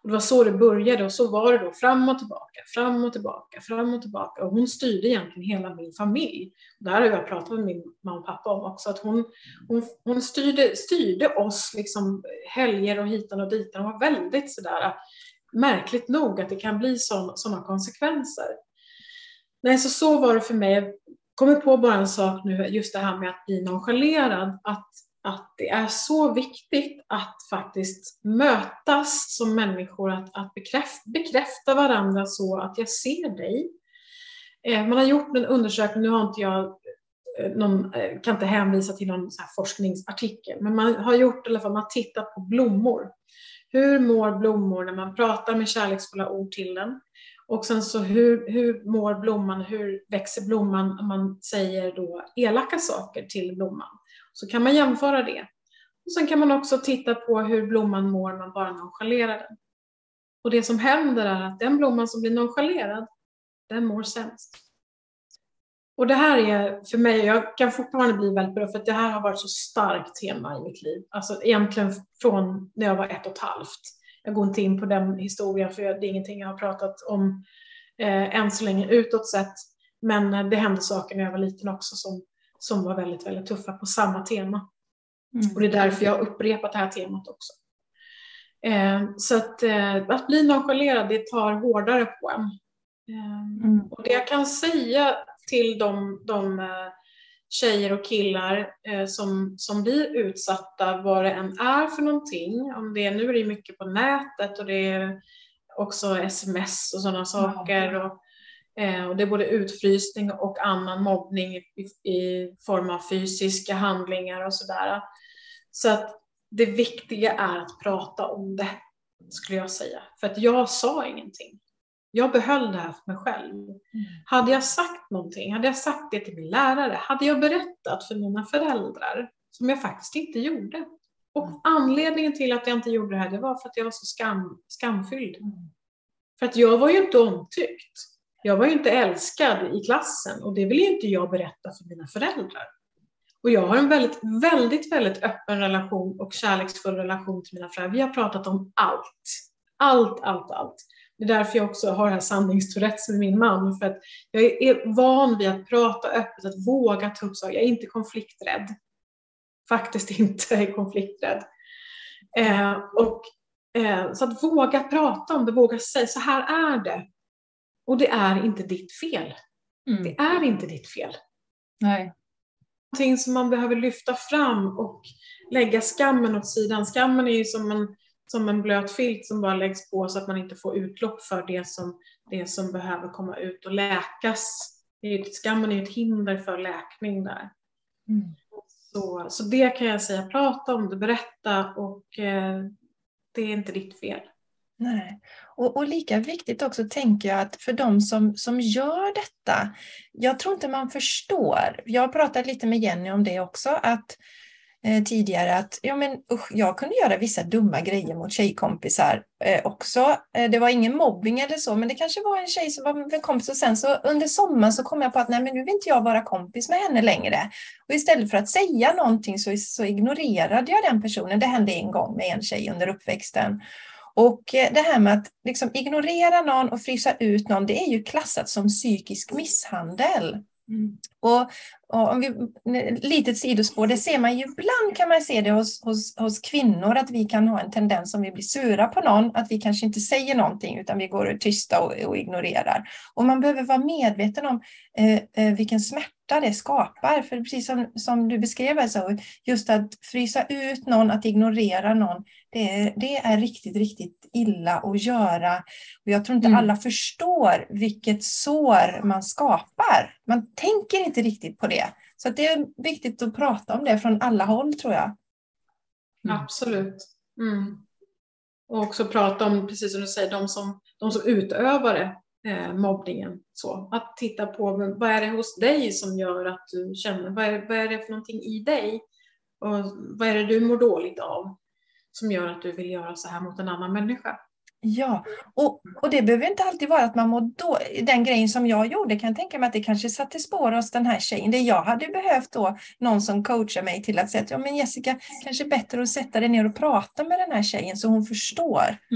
Och det var så det började och så var det då fram och tillbaka, fram och tillbaka, fram och tillbaka. Och hon styrde egentligen hela min familj. Och där har jag pratat med min mamma och pappa om också. Att hon, hon, hon styrde, styrde oss liksom helger och hitan och ditan. Det var väldigt sådär märkligt nog att det kan bli sådana konsekvenser. Nej, så så var det för mig. Jag kommer på bara en sak nu, just det här med att bli nonchalerad. Att Att det är så viktigt att faktiskt mötas som människor, att, att bekräfta, bekräfta varandra så att jag ser dig. Eh, man har gjort en undersökning, nu har inte jag, eh, någon, eh, kan inte hänvisa till någon så här forskningsartikel, men man har gjort i alla fall, man har tittat på blommor. Hur mår blommor när man pratar med kärleksfulla ord till den? Och sen så hur, hur mår blomman, hur växer blomman om man säger då elaka saker till blomman? Så kan man jämföra det. Och sen kan man också titta på hur blomman mår när man bara nonchalerar den. Och det som händer är att den blomman som blir nonchalerad, den mår sämst. Och det här är för mig, jag kan fortfarande bli väldigt bra för att det här har varit så starkt tema i mitt liv. Alltså egentligen från när jag var ett och ett halvt. Jag går inte in på den historien för det är ingenting jag har pratat om eh, än så länge utåt sett. Men det hände saker när jag var liten också som som var väldigt, väldigt tuffa på samma tema. Mm. Och det är därför jag har upprepat det här temat också. Eh, så att, eh, att bli nonchalerad, det tar hårdare på en. Eh, mm. Och det jag kan säga till de, de eh, tjejer och killar eh, som, som blir utsatta, vad det än är för någonting. Om det, nu är det mycket på nätet och det är också sms och sådana saker. Mm. Och, Och det är både utfrysning och annan mobbning i, i form av fysiska handlingar och sådär. Så att det viktiga är att prata om det, skulle jag säga. För att jag sa ingenting. Jag behöll det här för mig själv. Mm. Hade jag sagt någonting, hade jag sagt det till min lärare, hade jag berättat för mina föräldrar, som jag faktiskt inte gjorde. Och mm. anledningen till att jag inte gjorde det här, det var för att jag var så skam, skamfylld. Mm. För att jag var ju inte omtyckt. Jag var ju inte älskad i klassen och det vill inte jag berätta för mina föräldrar. Och jag har en väldigt, väldigt, väldigt öppen relation och kärleksfull relation till mina föräldrar. Vi har pratat om allt. Allt, allt, allt. Det är därför jag också har det här sanningstourettes med min man. För att jag är van vid att prata öppet, att våga ta upp saker. Jag är inte konflikträdd. Faktiskt inte är konflikträdd. Eh, och, eh, så att våga prata om det, våga säga så här är det. Och det är inte ditt fel. Mm. Det är inte ditt fel. Nej. Någonting som man behöver lyfta fram och lägga skammen åt sidan. Skammen är ju som en, som en blöt filt som bara läggs på så att man inte får utlopp för det som, det som behöver komma ut och läkas. Det är ju, skammen är ju ett hinder för läkning där. Mm. Så, så det kan jag säga. Prata om det, berätta och eh, det är inte ditt fel. Nej. Och, och lika viktigt också tänker jag att för de som, som gör detta, jag tror inte man förstår. Jag har pratat lite med Jenny om det också, att eh, tidigare att ja, men, usch, jag kunde göra vissa dumma grejer mot tjejkompisar eh, också. Eh, det var ingen mobbing eller så, men det kanske var en tjej som var med kompis och sen så under sommaren så kom jag på att nej, men nu vill inte jag vara kompis med henne längre. Och istället för att säga någonting så, så ignorerade jag den personen. Det hände en gång med en tjej under uppväxten. Och det här med att liksom ignorera någon och frysa ut någon, det är ju klassat som psykisk misshandel. Mm. Och, och om vi, litet sidospår, det ser man ju ibland, kan man se det hos, hos, hos kvinnor, att vi kan ha en tendens om vi blir sura på någon, att vi kanske inte säger någonting utan vi går tysta och, och ignorerar. Och man behöver vara medveten om eh, eh, vilken smärta det skapar, för precis som, som du beskrev, så just att frysa ut någon, att ignorera någon, det är, det är riktigt, riktigt illa att göra. Och jag tror inte mm. alla förstår vilket sår man skapar. Man tänker inte riktigt på det. Så att det är viktigt att prata om det från alla håll, tror jag. Mm. Absolut. Mm. Och också prata om, precis som du säger, de som, de som utövar det, eh, mobbningen. Så, att titta på vad är det hos dig som gör att du känner, vad är, vad är det för någonting i dig? Och vad är det du mår dåligt av som gör att du vill göra så här mot en annan människa? Ja, och, och det behöver inte alltid vara att man mår då. Den grejen som jag gjorde, kan jag tänka mig att det kanske satte spår hos den här tjejen. Det jag hade behövt då, någon som coachar mig till att säga att ja, men Jessica, kanske bättre att sätta dig ner och prata med den här tjejen så hon förstår. Mm.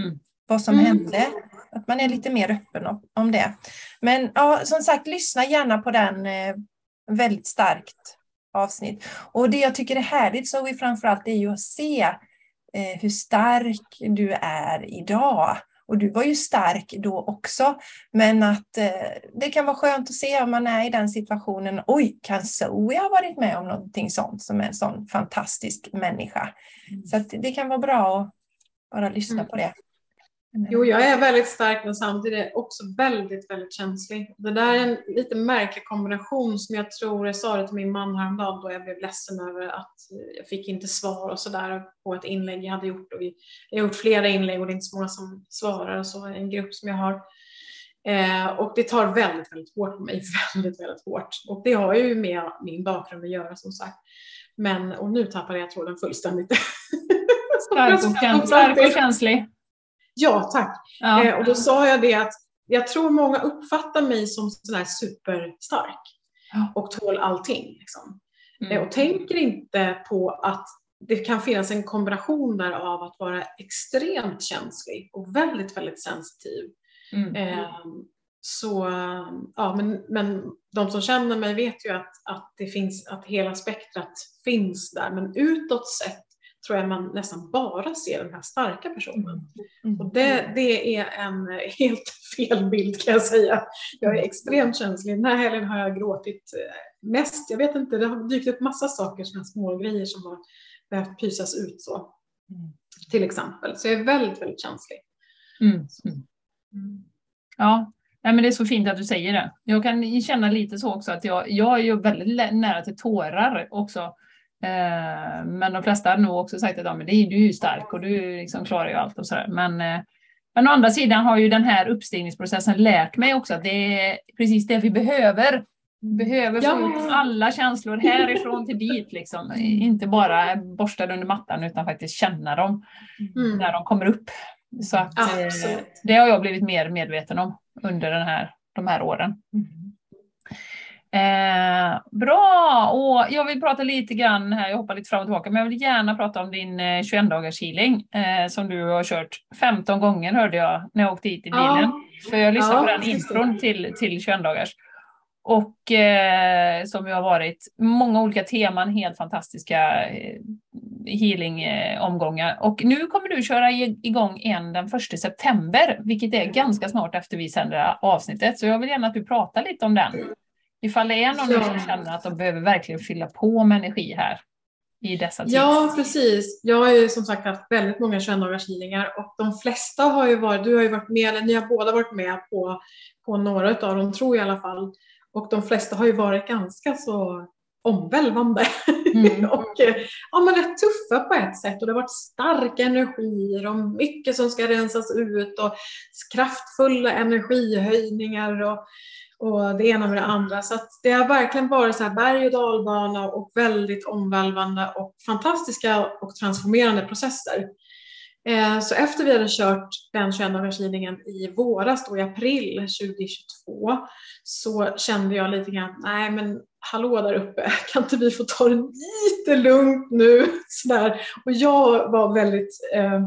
vad som Mm. hände. Att man är lite mer öppen om, om det. Men ja, som sagt, lyssna gärna på den eh, väldigt starkt avsnitt. Och det jag tycker är härligt så vi framförallt är ju att se eh, hur stark du är idag. Och du var ju stark då också. Men att eh, det kan vara skönt att se om man är i den situationen. Oj, kan Zoe ha varit med om någonting sånt som en sån fantastisk människa? Mm. Så att det kan vara bra att bara lyssna mm. på det. Jo, jag är väldigt stark men samtidigt också väldigt, väldigt känslig. Det där är en lite märklig kombination som jag tror jag sa det till min man häromdagen då jag blev ledsen över att jag fick inte svar och sådär på ett inlägg jag hade gjort. Och vi, jag har gjort flera inlägg och det är inte så många som svarar och så, en grupp som jag har. Eh, och det tar väldigt, väldigt hårt på mig, väldigt, väldigt hårt. Och det har ju med min bakgrund att göra som sagt. Men, och nu tappade jag tråden fullständigt. Stark och, käns- stark och känslig. Ja, tack. Ja. Eh, och då sa jag det att jag tror många uppfattar mig som sådär superstark ja. och tål allting. Liksom. Mm. Eh, och tänker inte på att det kan finnas en kombination där av att vara extremt känslig och väldigt, väldigt sensitiv. Mm. Eh, så, ja, men, men de som känner mig vet ju att, att det finns, att hela spektrat finns där. Men utåt sett tror jag man nästan bara ser den här starka personen. Mm. Och det, det är en helt fel bild kan jag säga. Jag är extremt känslig. Den här helgen har jag gråtit mest. Jag vet inte, det har dykt upp massa saker, sådana små grejer som har behövt pysas ut så. Mm. Till exempel. Så jag är väldigt, väldigt känslig. Mm. Mm. Ja, nej, men det är så fint att du säger det. Jag kan känna lite så också att jag, jag är ju väldigt nära till tårar också. Men de flesta har nog också sagt att ja, men det är, du är ju stark och du liksom klarar ju allt och sådär. Men, men å andra sidan har ju den här uppstigningsprocessen lärt mig också att det är precis det vi behöver. Vi behöver få ja. ut alla känslor härifrån till dit. Liksom. Inte bara borstade under mattan utan faktiskt känna dem mm. när de kommer upp. Så att, eh, det har jag blivit mer medveten om under den här, de här åren. Mm. Eh, bra, och jag vill prata lite grann här, jag hoppar lite fram och tillbaka, men jag vill gärna prata om din eh, tjugoett dagars healing eh, som du har kört femton gånger hörde jag när jag åkte hit i bilen. Ja. För jag lyssnade ja, på den intron till, till tjugoett dagars. Och eh, som ju har varit många olika teman, helt fantastiska eh, healing-omgångar. Eh, och nu kommer du köra igång en den första september, vilket är ganska snart efter vi sänder avsnittet. Så jag vill gärna att du pratar lite om den. Ifall det är någon ja. som känner att de behöver verkligen fylla på med energi här i dessa tider. Ja, precis. Jag har ju som sagt haft väldigt många tjugoett dagars healingar och de flesta har ju varit, du har ju varit med, eller ni har båda varit med på, på några av dem, tror jag i alla fall. Och de flesta har ju varit ganska så omvälvande mm. och ja, men rätt tuffa på ett sätt. Och det har varit starka energier och mycket som ska rensas ut och kraftfulla energihöjningar och Och det ena med det andra. Så att det har verkligen varit så här berg- och dalbana och väldigt omvälvande och fantastiska och transformerande processer. Eh, så efter vi hade kört den tjugoett dagars healingen i våras då i april tjugohundratjugotvå så kände jag lite grann att nej men hallå där uppe, kan inte vi få ta det lite lugnt nu? Så där. Och jag var väldigt... Eh,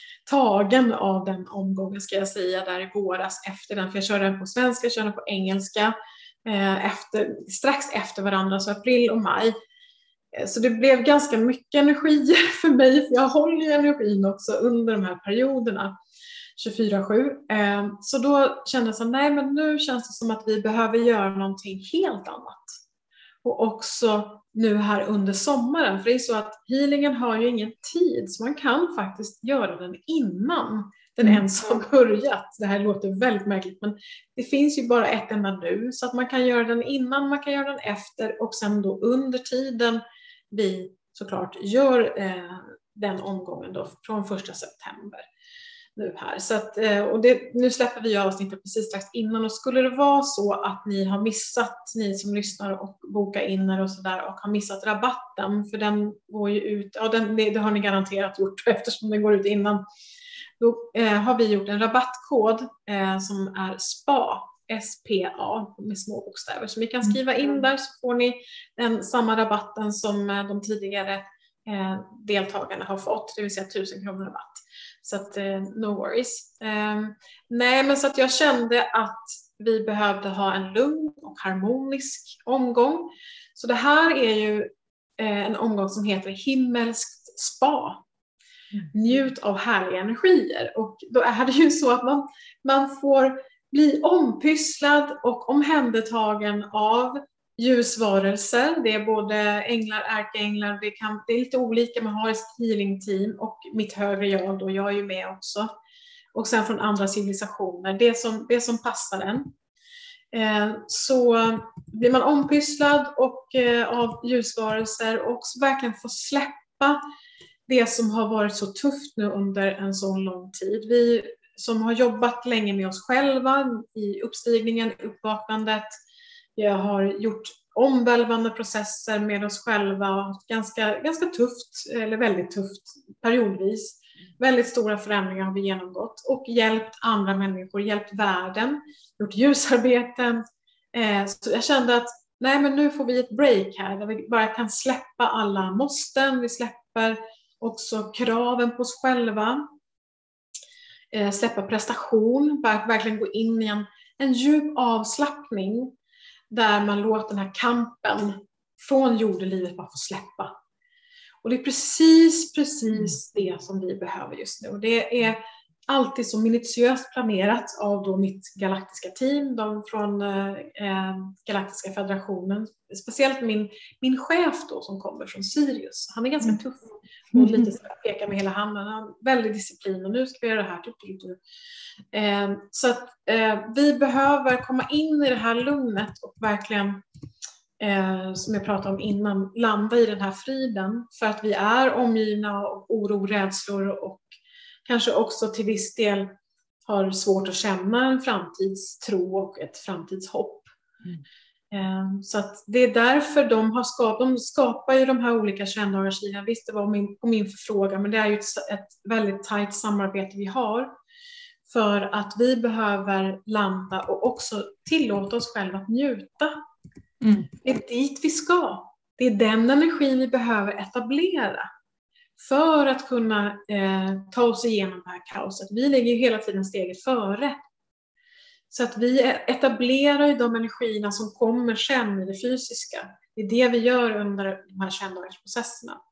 tagen av den omgången ska jag säga där i våras efter den, för jag körde den på svenska, jag körde den på engelska eh, efter, strax efter varandra, så april och maj. Eh, så det blev ganska mycket energi för mig, för jag håller ju energin också under de här perioderna tjugofyra sju. Eh, så då kände jag så nej men nu känns det som att vi behöver göra någonting helt annat. Och också nu här under sommaren. För det är så att healingen har ju ingen tid. Så man kan faktiskt göra den innan den ens har börjat. Det här låter väldigt märkligt. Men det finns ju bara ett enda nu. Så att man kan göra den innan, man kan göra den efter. Och sen då under tiden vi såklart gör eh, den omgången då från första september. Nu här. Så att, och det, nu släpper vi avsnittet precis strax innan, och skulle det vara så att ni har missat, ni som lyssnar och bokar in er och sådär, och har missat rabatten, för den går ju ut, ja den, det, det har ni garanterat gjort eftersom den går ut innan, då eh, har vi gjort en rabattkod eh, som är S P A, S P A med små bokstäver, så ni kan skriva in där så får ni den samma rabatten som de tidigare eh, deltagarna har fått, det vill säga tusen kronor rabatt. Så att eh, no worries. Eh, nej, men så att jag kände att vi behövde ha en lugn och harmonisk omgång. Så det här är ju eh, en omgång som heter Himmelskt spa. Njut av härliga energier. Och då är det ju så att man, man får bli ompysslad och omhändertagen av ljusvarelser. Det är både änglar, ärkeänglar, det, kan, det är lite olika. Man har ett healing-team och mitt högre jag, då jag är ju med också. Och sen från andra civilisationer, det som, det som passar en. Eh, så blir man ompysslad och, eh, av ljusvarelser och så verkligen få släppa det som har varit så tufft nu under en så lång tid. Vi som har jobbat länge med oss själva i uppstigningen, uppvaknandet. Jag har gjort omvälvande processer med oss själva. Ganska, ganska tufft, eller väldigt tufft periodvis. Väldigt stora förändringar har vi genomgått. Och hjälpt andra människor, hjälpt världen. Gjort ljusarbeten. Så jag kände att nej, men nu får vi ett break här. Där vi bara kan släppa alla måsten. Vi släpper också kraven på oss själva. Eh, släppa prestation. Bara verkligen gå in i en, en djup avslappning. Där man låter den här kampen från jordelivet bara få släppa. Och det är precis, precis det som vi behöver just nu. Och det är alltid så minutiöst planerat av då mitt galaktiska team. De från eh, Galaktiska federationen. Speciellt min, min chef då som kommer från Sirius. Han är ganska tuff. Och lite så pekar med hela handen. Han har väldigt disciplin. Och nu ska vi göra det här. Typ, typ, typ. Eh, så att eh, vi behöver komma in i det här lugnet. Och verkligen, eh, som jag pratade om innan, landa i den här friden. För att vi är omgivna av oro, rädslor och kanske också till viss del har svårt att känna en framtidstro och ett framtidshopp. Mm. Så att det är därför de har skapat, de skapar ju de här olika tjugoett-dagarsligan. Visst, det var min, på min förfrågan, men det är ju ett, ett väldigt tajt samarbete vi har. För att vi behöver landa och också tillåta oss själva att njuta. Mm. Det är dit vi ska. Det är den energin vi behöver etablera. För att kunna eh, ta oss igenom det här kaoset. Vi lägger ju hela tiden steget före. Så att vi etablerar ju de energierna som kommer sen i det fysiska. Det är det vi gör under de här tjugoett-dagarsprocesserna.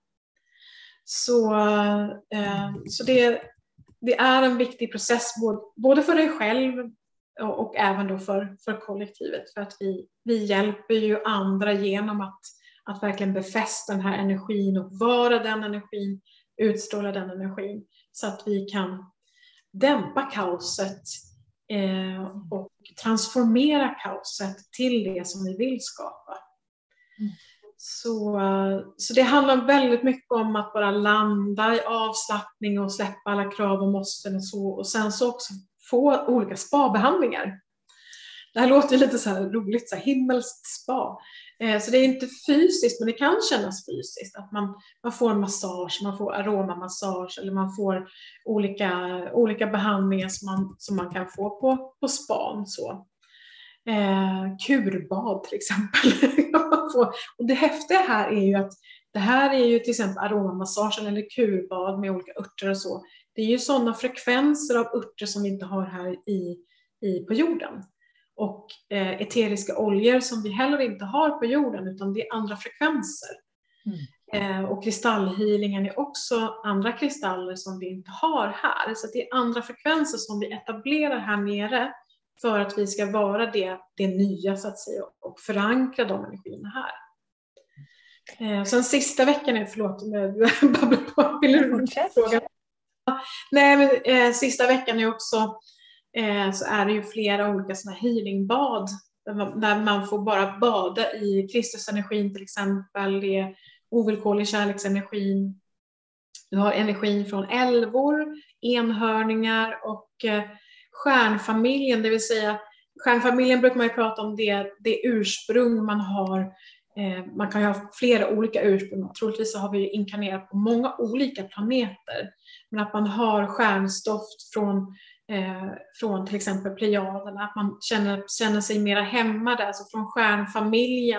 Så, eh, så det, det är en viktig process både, både för dig själv och, och även då för, för kollektivet. För att vi, vi hjälper ju andra genom att Att verkligen befästa den här energin och vara den energin, utstråla den energin. Så att vi kan dämpa kaoset eh, och transformera kaoset till det som vi vill skapa. Mm. Så, så det handlar väldigt mycket om att bara landa i avslappning och släppa alla krav och måsten och så. Och sen så också få olika spa-behandlingar. Det här låter lite så här roligt, så här himmelskt spa. Så det är inte fysiskt, men det kan kännas fysiskt. Att man, man får massage, man får aromamassage eller man får olika, olika behandlingar som man, som man kan få på, på span. Så. Eh, kurbad till exempel. Och det häftiga här är ju att det här är ju till exempel aromamassagen eller kurbad med olika örter och så. Det är ju sådana frekvenser av örter som vi inte har här i, i, på jorden. Och eh, eteriska oljor som vi heller inte har på jorden, utan det är andra frekvenser. Mm. Eh, och kristallhealingen är också andra kristaller som vi inte har här. Så det är andra frekvenser som vi etablerar här nere för att vi ska vara det, det nya så att säga och förankra de energierna här. Eh, sen sista veckan är, förlåt om jag babblar på, vill du fråga? Nej, men eh, sista veckan är också så är det ju flera olika såna healingbad där man, där man får bara bada i Kristusenergin till exempel. Det är ovillkorlig kärleksenergin. Du har energin från älvor, enhörningar och eh, stjärnfamiljen. Det vill säga, stjärnfamiljen brukar man ju prata om det, det ursprung man har. Eh, man kan ju ha flera olika ursprung. Troligtvis så har vi ju inkarnerat på många olika planeter. Men att man har stjärnstoft från Eh, från till exempel Plejaderna, att man känner, känner sig mera hemma där, alltså från stjärnfamiljen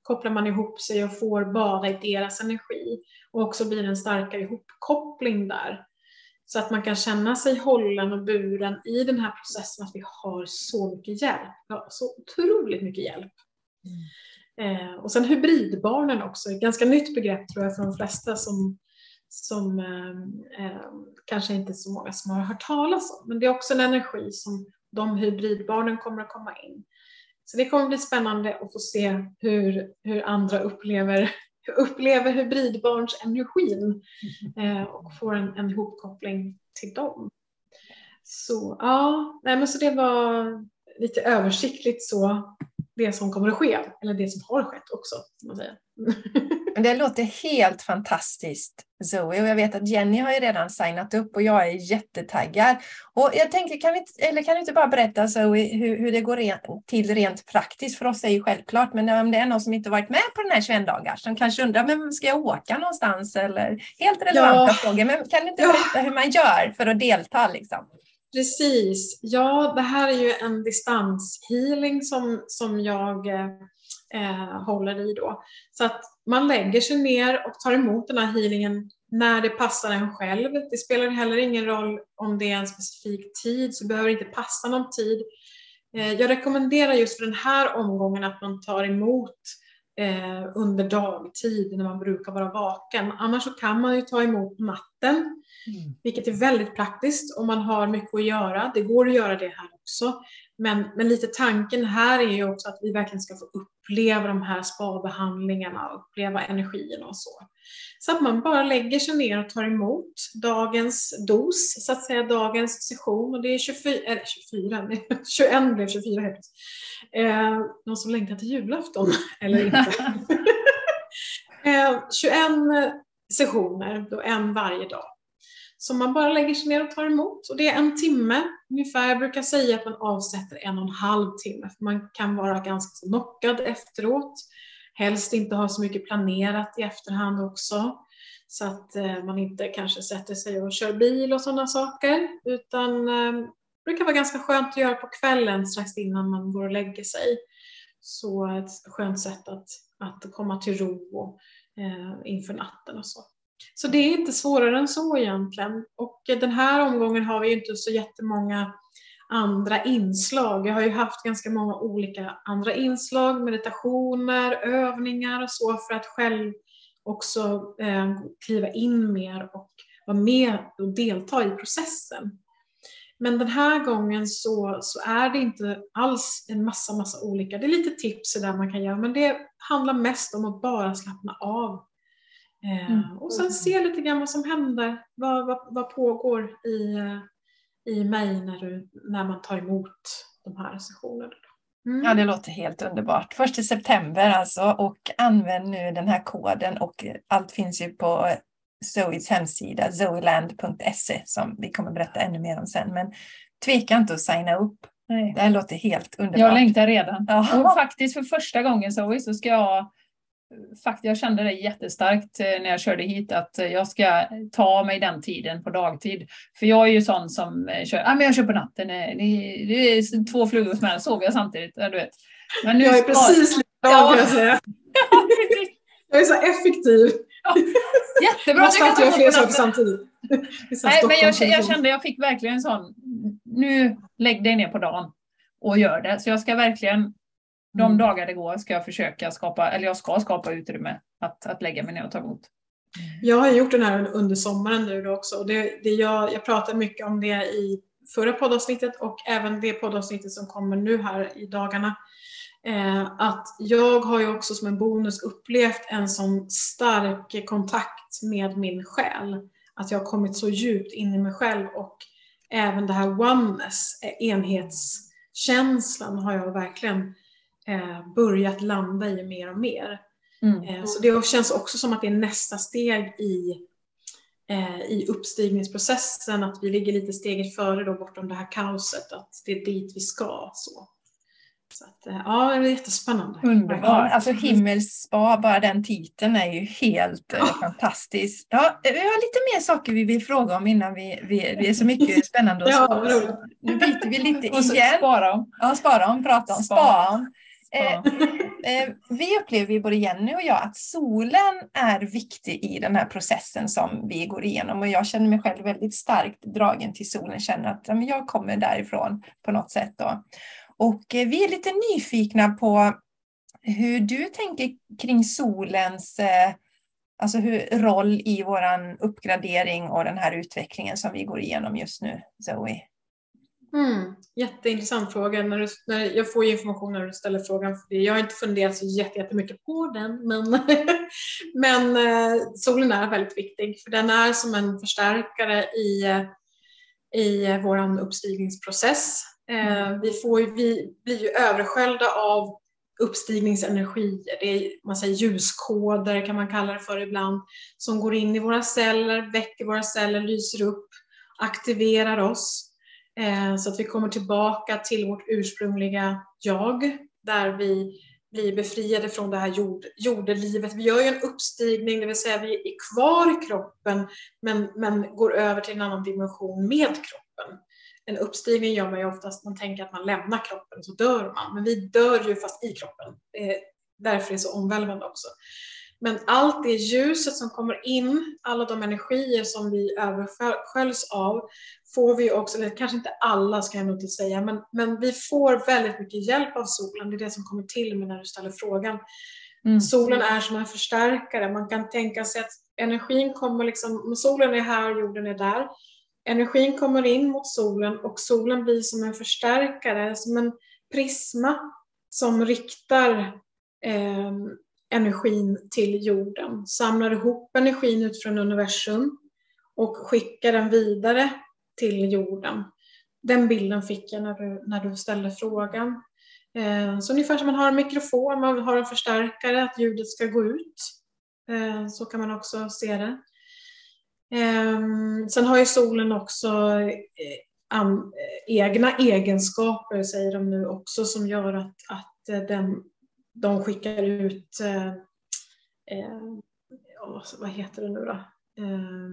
kopplar man ihop sig och får bada i deras energi. Och också blir en starkare ihopkoppling där. Så att man kan känna sig hållen och buren i den här processen, att vi har så mycket hjälp. Ja, så otroligt mycket hjälp. Mm. Eh, och sen hybridbarnen också, ett ganska nytt begrepp tror jag för de flesta som, som eh, eh, kanske inte så många som har hört talas om. Men det är också en energi som de hybridbarnen kommer att komma in. Så det kommer bli spännande att få se hur, hur andra upplever, upplever hybridbarns energin eh, och får en, en ihopkoppling till dem. Så ja, nej, men så det var lite översiktligt så det som kommer att ske, eller det som har skett också, kan man säga. Det låter helt fantastiskt, Zoe, och jag vet att Jenny har ju redan signat upp och jag är jättetaggad. Och jag tänker, kan vi, eller kan du inte bara berätta, Zoe, hur, hur det går rent, till rent praktiskt? För oss är ju självklart, men om det är någon som inte varit med på den här tjugoett dagar som kanske undrar, men ska jag åka någonstans? Eller helt relevanta ja. frågor, men kan du inte berätta ja. hur man gör för att delta liksom? Precis, ja, det här är ju en distanshealing som, som jag eh, håller i då. Så att man lägger sig ner och tar emot den här healingen när det passar en själv. Det spelar heller ingen roll om det är en specifik tid, så behöver det inte passa någon tid. Eh, jag rekommenderar just för den här omgången att man tar emot eh, under dagtid när man brukar vara vaken. Annars så kan man ju ta emot natten. Mm. Vilket är väldigt praktiskt om man har mycket att göra. Det går att göra det här också. Men, men lite tanken här är ju också att vi verkligen ska få uppleva de här spa-behandlingarna och uppleva energin och så. Så att man bara lägger sig ner och tar emot dagens dos, så att säga dagens session. Och det är tjugofyra, eller tjugofyra, tjugoett blev tjugofyra helt. Eh, någon som längtar till julafton, eller inte. eh, tjugoett sessioner, då en varje dag. Så man bara lägger sig ner och tar emot. Och det är en timme ungefär. Jag brukar säga att man avsätter en och en halv timme. För man kan vara ganska knockad efteråt. Helst inte ha så mycket planerat i efterhand också. Så att eh, man inte kanske sätter sig och kör bil och sådana saker. Utan eh, det brukar vara ganska skönt att göra på kvällen strax innan man går och lägger sig. Så ett skönt sätt att, att komma till ro och, eh, inför natten och så. Så det är inte svårare än så egentligen. Och den här omgången har vi ju inte så jättemånga andra inslag. Jag har ju haft ganska många olika andra inslag, meditationer, övningar och så, för att själv också eh, kliva in mer och vara med och delta i processen. Men den här gången så, så är det inte alls en massa, massa olika. Det är lite tips där man kan göra, men det handlar mest om att bara slappna av. Mm. Och sen se lite grann vad som händer, vad, vad, vad pågår i, i mig när, du, när man tar emot de här sessionerna. Mm. Ja, det låter helt underbart. Första september alltså, och använd nu den här koden, och allt finns ju på Zoes hemsida zoeland punkt se som vi kommer berätta ännu mer om sen, men tveka inte att signa upp. Nej. Det här låter helt underbart. Jag längtar redan. Ja. Och faktiskt för första gången, Zoe, så ska jag Faktiskt, jag kände det jättestarkt när jag körde hit att jag ska ta mig den tiden på dagtid. För jag är ju sån som kör, ah, men jag kör på natten. Det, det är två flugor som helst, sover jag samtidigt. Ja, du vet. Men nu jag är ska... precis likadan, ja. Kan jag säga. Jag är så effektiv. Ja, jättebra. Jag ska inte göra fler saker samtidigt. Nej, men jag, jag kände jag fick verkligen en sån, nu lägg dig ner på dagen och gör det. Så jag ska verkligen... De dagar det går ska jag försöka skapa, eller jag ska skapa utrymme att, att lägga mig ner och ta emot. Jag har gjort den här under sommaren nu också. Och det, det jag, jag pratade mycket om det i förra poddavsnittet och även det poddavsnittet som kommer nu här i dagarna. Eh, att jag har ju också som en bonus upplevt en sån stark kontakt med min själ. Att jag har kommit så djupt in i mig själv, och även det här oneness, enhetskänslan har jag verkligen Eh, börjat landa i mer och mer. Mm. Eh, så det känns också som att det är nästa steg i, eh, i uppstigningsprocessen, att vi ligger lite steget före då, bortom det här kaoset, att det är dit vi ska. Så, så att, eh, ja, det är jättespännande. Underbart. Alltså himmelspa, bara den titeln är ju helt eh, oh. fantastisk. Ja, vi har lite mer saker vi vill fråga om innan vi, vi, vi är så mycket spännande. Och så. Ja, nu byter vi lite och igen. Spara om. Ja, spara om, prata om, spara om. Eh, eh, vi upplever ju både Jenny och jag att solen är viktig i den här processen som vi går igenom. Och jag känner mig själv väldigt starkt dragen till solen. Känner att ja, men jag kommer därifrån på något sätt då. Och eh, vi är lite nyfikna på hur du tänker kring solens eh, alltså hur, roll i våran uppgradering och den här utvecklingen som vi går igenom just nu, Zoe. Mm, jätteintressant fråga. När du, när jag får ju information när du ställer frågan. För det. Jag har inte funderat så jättemycket på den. Men, men eh, solen är väldigt viktig. För den är som en förstärkare i, i vår uppstigningsprocess. Eh, vi, får ju, vi blir ju översköljda av uppstigningsenergier. Det är, man säger ljuskoder kan man kalla det för ibland. Som går in i våra celler, väcker våra celler, lyser upp, aktiverar oss. Så att vi kommer tillbaka till vårt ursprungliga jag. Där vi blir befriade från det här jord, jordelivet. Vi gör ju en uppstigning, det vill säga vi är kvar i kroppen. Men, men går över till en annan dimension med kroppen. En uppstigning gör man ju oftast, man tänker att man lämnar kroppen så dör man. Men vi dör ju fast i kroppen. Det är därför det är så omvälvande också. Men allt det ljuset som kommer in, alla de energier som vi översköljs av, får vi också, eller kanske inte alla ska jag nog inte säga, men, men vi får väldigt mycket hjälp av solen. Det är det som kommer till med när du ställer frågan. Mm. Solen är som en förstärkare. Man kan tänka sig att energin kommer liksom, solen är här och jorden är där. Energin kommer in mot solen och solen blir som en förstärkare, som en prisma som riktar eh, energin till jorden. Samlar ihop energin ut från universum och skickar den vidare till jorden. Den bilden fick jag när du, när du ställde frågan. Eh, så ungefär som man har en mikrofon, man har en förstärkare, att ljudet ska gå ut. Eh, så kan man också se det. Eh, sen har ju solen också eh, an, eh, egna egenskaper, säger de nu också, som gör att, att eh, den, de skickar ut eh, eh, ja, vad heter det nu då? Eh,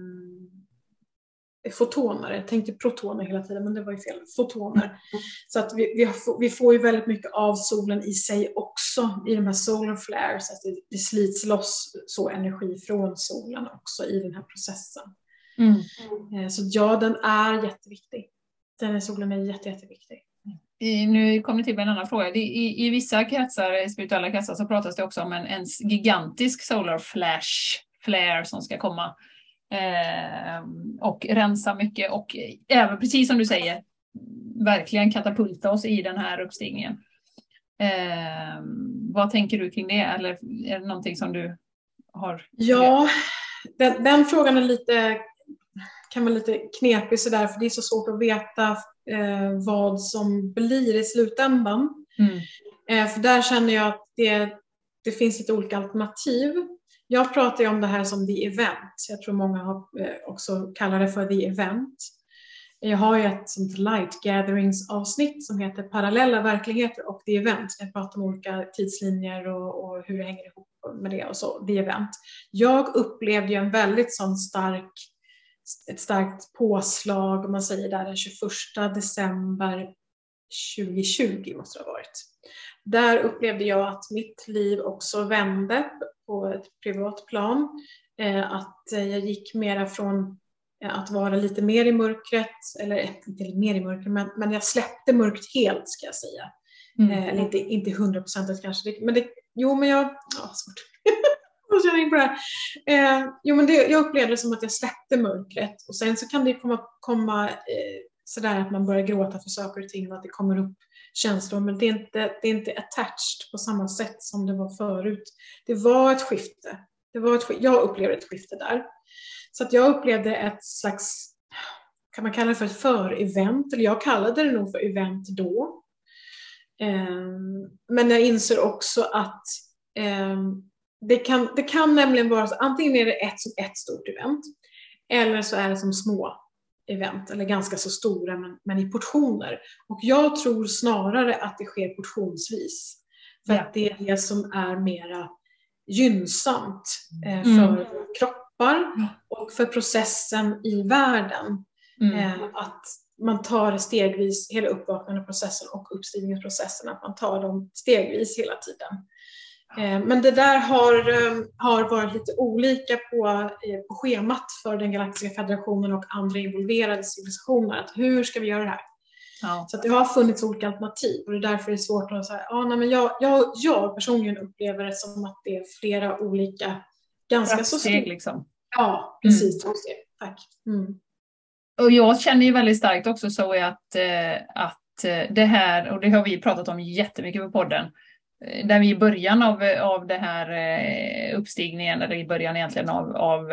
fotoner, jag tänkte protoner hela tiden, men det var ju fel, fotoner. Mm. Så att vi, vi, får, vi får ju väldigt mycket av solen i sig också, i de här solar flares, att det, det slits loss så energi från solen också i den här processen. Mm. Så ja, den är jätteviktig. Den här solen är jätte, jätteviktig. I, nu kommer det till en annan fråga. I, i vissa kretsar, spirituella kretsar, så pratas det också om en, en gigantisk solar flash, flare som ska komma. Eh, och rensa mycket och även precis som du säger verkligen katapulta oss i den här uppstigningen. Eh, vad tänker du kring det, eller är det någonting som du har? Ja, den, den frågan är lite, kan vara lite knepig sådär, för det är så svårt att veta eh, vad som blir i slutändan. Mm. Eh, för där känner jag att det, det finns lite olika alternativ. Jag pratar ju om det här som the event. Jag tror många har också kallar det för the event. Jag har ju ett sånt light gatherings avsnitt som heter parallella verkligheter och the event. Jag pratar om olika tidslinjer och, och hur det hänger ihop med det och så. The event. Jag upplevde ju en väldigt sån stark, ett starkt påslag, om man säger där, den tjugoförsta december tjugohundratjugo måste det ha varit. Där upplevde jag att mitt liv också vände på ett privat plan. Att jag gick mera från att vara lite mer i mörkret, eller inte mer i mörkret, men, men jag släppte mörkret helt, ska jag säga. Mm. Eller inte, inte hundraprocentigt kanske, men det, jo men jag, ja svårt. Jag känner in på det här. Eh, jo men det, jag upplevde det som att jag släppte mörkret, och sen så kan det komma, komma eh, sådär att man börjar gråta för saker och ting och att det kommer upp känslor, men det är, inte, det är inte attached på samma sätt som det var förut. Det var ett skifte. Det var ett, jag upplevde ett skifte där. Så att jag upplevde ett slags, kan man kalla det för ett för-event, eller jag kallade det nog för event då. Um, men jag inser också att um, det, kan, det kan nämligen vara så, antingen är det ett, ett stort event, eller så är det som små event, eller ganska så stora, men, men i portioner. Och jag tror snarare att det sker portionsvis. För ja. Att det är det som är mera gynnsamt eh, för mm. kroppar och för processen i världen. Mm. Eh, att, man tar stegvis hela uppvaknandeprocessen och uppstigningsprocessen, att man tar dem stegvis hela tiden. Men det där har, har varit lite olika på, på schemat för den galaktiska federationen och andra involverade civilisationer. Att hur ska vi göra det här? Ja. Så att det har funnits olika alternativ och det är därför det är svårt att säga, ja, nej, men jag, jag, jag personligen upplever det som att det är flera olika, ganska så steg liksom. Ja, precis. Mm. Tack. Mm. Och jag känner ju väldigt starkt också så att, att det här, och det har vi pratat om jättemycket på podden, där vi i början av, av det här uppstigningen, eller i början egentligen av, av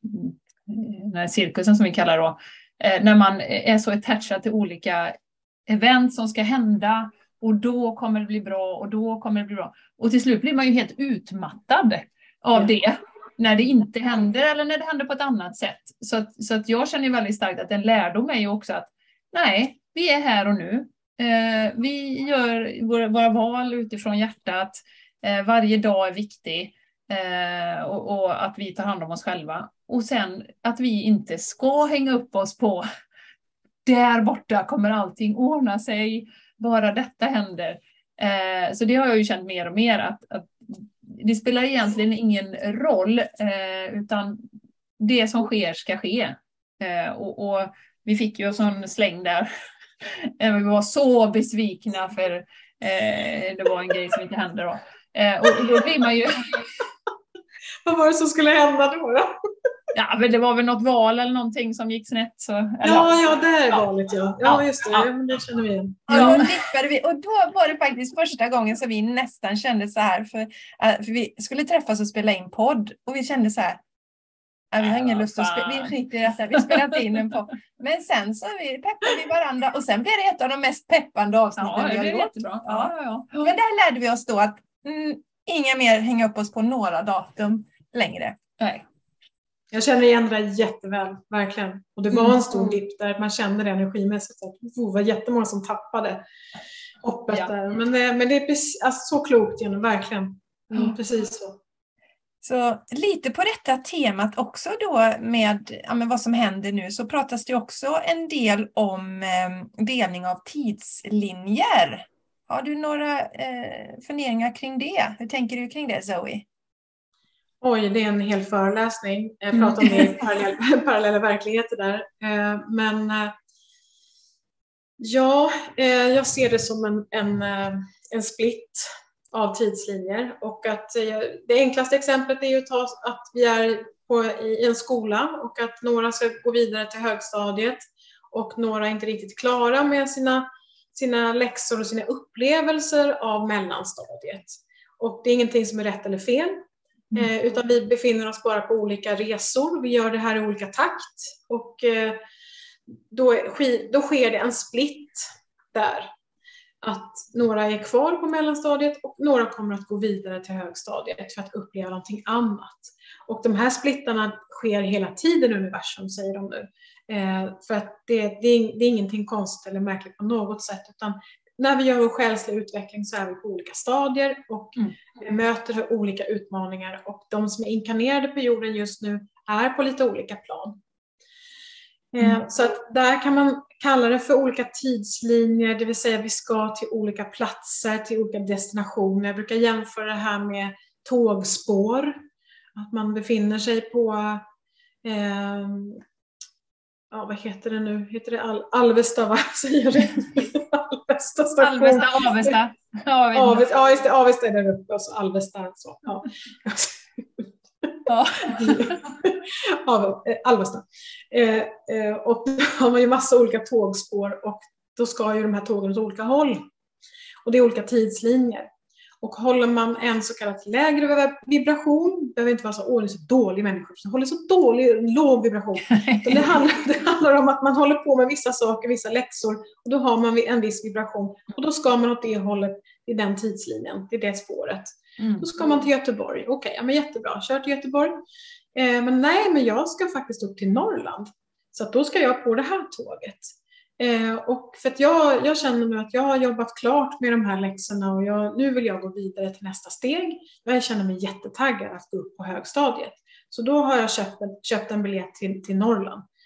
den här cirkusen som vi kallar då, när man är så attachad till olika event som ska hända och då kommer det bli bra och då kommer det bli bra. Och till slut blir man ju helt utmattad av ja. det. När det inte händer eller när det händer på ett annat sätt. Så att, så att jag känner väldigt starkt att en lärdom är ju också att nej, vi är här och nu. Eh, vi gör våra, våra val utifrån hjärtat. Eh, varje dag är viktig. Eh, och, och att vi tar hand om oss själva. Och sen att vi inte ska hänga upp oss på där borta kommer allting ordna sig. Bara detta händer. Eh, så det har jag ju känt mer och mer att, att det spelar egentligen ingen roll, eh, utan det som sker ska ske. Eh, och, och vi fick ju en sån släng där. Vi var så besvikna för eh, det var en grej som inte hände då. Eh, och, och då blir man ju... Vad var det som skulle hända då? då? Ja, men det var väl något val eller någonting som gick snett. Så, eller, ja, ja, det är valet, ja. Ja, just det. Ja. Det känner vi igen. Ja, vi. Och då var det faktiskt första gången som vi nästan kände så här. För, för vi skulle träffas och spela in podd. Och vi kände så här. Ja, vi har ingen lust att spela. Vi skiter i detta. Vi spelar inte in en podd. Men sen så vi peppade vi varandra. Och sen blev det ett av de mest peppande avsnitten ja, vi har gjort. Jättebra. Ja, ja, ja. Men där lärde vi oss då att mm, inga mer hänga upp oss på några datum längre. Nej. Jag känner igen det jätteväl, verkligen. Och det var en stor dipp där man kände det energimässigt. Det var jättemånga som tappade hoppet ja. där. Men det, men det är precis, alltså, så klokt igen, verkligen. Mm, precis så. Så lite på detta temat också då med, ja, med vad som händer nu, så pratas det också en del om eh, delning av tidslinjer. Har du några eh, funderingar kring det? Hur tänker du kring det, Zoe? Oj, det är en hel föreläsning. Jag pratar om det i parallell, parallella verkligheter där. Men ja, jag ser det som en, en, en split av tidslinjer. Och att det enklaste exemplet är ju att, ta, att vi är på, i en skola och att några ska gå vidare till högstadiet och några är inte riktigt klara med sina, sina läxor och sina upplevelser av mellanstadiet. Och det är ingenting som är rätt eller fel. Mm. Eh, utan vi befinner oss bara på olika resor. Vi gör det här i olika takt. Och eh, då, då sker det en split där. Att några är kvar på mellanstadiet och några kommer att gå vidare till högstadiet för att uppleva någonting annat. Och de här splittarna sker hela tiden i universum, säger de nu. Eh, för att det, det, är, det är ingenting konstigt eller märkligt på något sätt, utan när vi gör vår själsliga utveckling så är vi på olika stadier och mm. vi möter olika utmaningar, och de som är inkarnerade på jorden just nu är på lite olika plan. Mm. Så att där kan man kalla det för olika tidslinjer, det vill säga vi ska till olika platser, till olika destinationer. Jag brukar jämföra det här med tågspår, att man befinner sig på eh, ja, vad heter det nu? Heter det Al- Alvesta, va? Säger det? Alvesta station. Alvesta, Avesta. Avesta, ja, just det. Avesta är där uppe och så Alvesta. Så. Ja. Ja. Av, eh, Alvesta. Eh, eh, och då har man ju massa olika tågspår och då ska ju de här tågen åt olika håll. Och det är olika tidslinjer. Och håller man en så kallad lägre vibration, behöver inte vara så, åh, det är så dålig människa som håller så dålig, låg vibration. det, handlar, det handlar om att man håller på med vissa saker, vissa läxor, och då har man en viss vibration. Och då ska man åt det hållet, i den tidslinjen, i det spåret. Mm. Då ska man till Göteborg. Okej, okay, ja, men jättebra, kör till Göteborg. Eh, men nej, men jag ska faktiskt upp till Norrland. Så att då ska jag på det här tåget. Eh, och för att jag, jag känner nu att jag har jobbat klart med de här läxorna och jag, nu vill jag gå vidare till nästa steg. Jag känner mig jättetaggad att gå upp på högstadiet. Så då har jag köpt en, köpt en biljett till, till Norrland.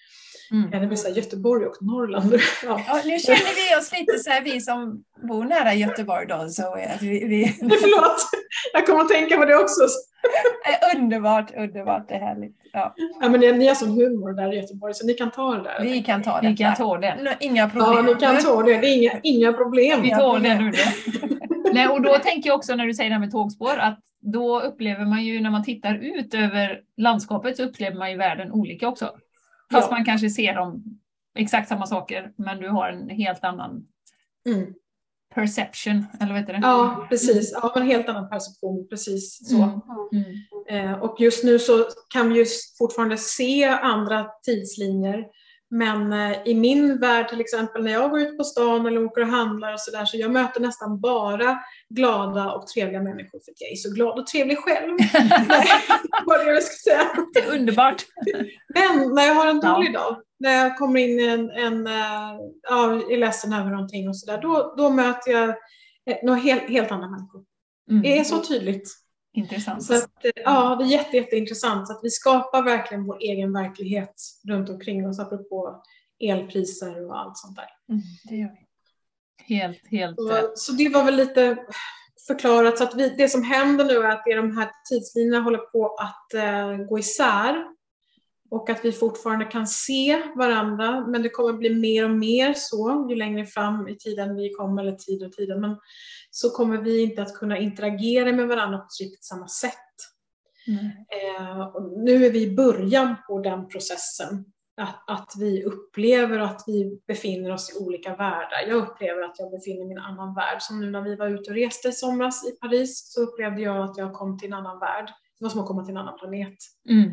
Mm. Det blir så här Göteborg och Norrland. Ja. Ja, nu känner vi oss lite så här, vi som bor nära Göteborg då. Så vi, vi... Förlåt, jag kommer att tänka på det också. Underbart, underbart, det är härligt. Ja. Ja, men ni har sån humor där i Göteborg så ni kan ta det där. Vi kan ta det. Vi kan ta det. Inga problem. Ja, ni kan ta det. Det är inga, inga problem. Vi tar det nu då. Nej, och då tänker jag också när du säger det här med tågspår att då upplever man ju när man tittar ut över landskapet så upplever man ju världen olika också. Fast ja. Man kanske ser dem exakt samma saker men du har en helt annan mm. perception, eller vad heter det? Ja, precis. Ja, en helt annan perception, precis så. Mm. Mm. Eh, och just nu så kan vi ju fortfarande se andra tidslinjer. Men eh, i min värld till exempel när jag går ut på stan eller åker och handlar och sådär så jag möter nästan bara glada och trevliga människor för att jag är så glad och trevlig själv. Nej, vad jag ska säga. Det är underbart. Men när jag har en dålig ja. dag, när jag kommer in i en, en ja, är ledsen över någonting och sådär, då, då möter jag eh, några helt, helt andra människor. Mm. Det är så tydligt. Intressant. Så att, ja, det är jätte, jätteintressant så att vi skapar verkligen vår egen verklighet runt omkring oss apropå elpriser och allt sånt där. Mm, det gör vi. Helt, helt. Så, så det var väl lite förklarat så att vi, det som händer nu är att det är de här tidslinjerna håller på att eh, gå isär och att vi fortfarande kan se varandra men det kommer bli mer och mer så ju längre fram i tiden vi kommer eller tid och tiden men så kommer vi inte att kunna interagera med varandra på riktigt samma sätt. Mm. Eh, och nu är vi i början på den processen. Att, att vi upplever att vi befinner oss i olika världar. Jag upplever att jag befinner mig i en annan värld. Som nu när vi var ute och reste i somras i Paris så upplevde jag att jag kom till en annan värld. Det var som att komma till en annan planet. Mm.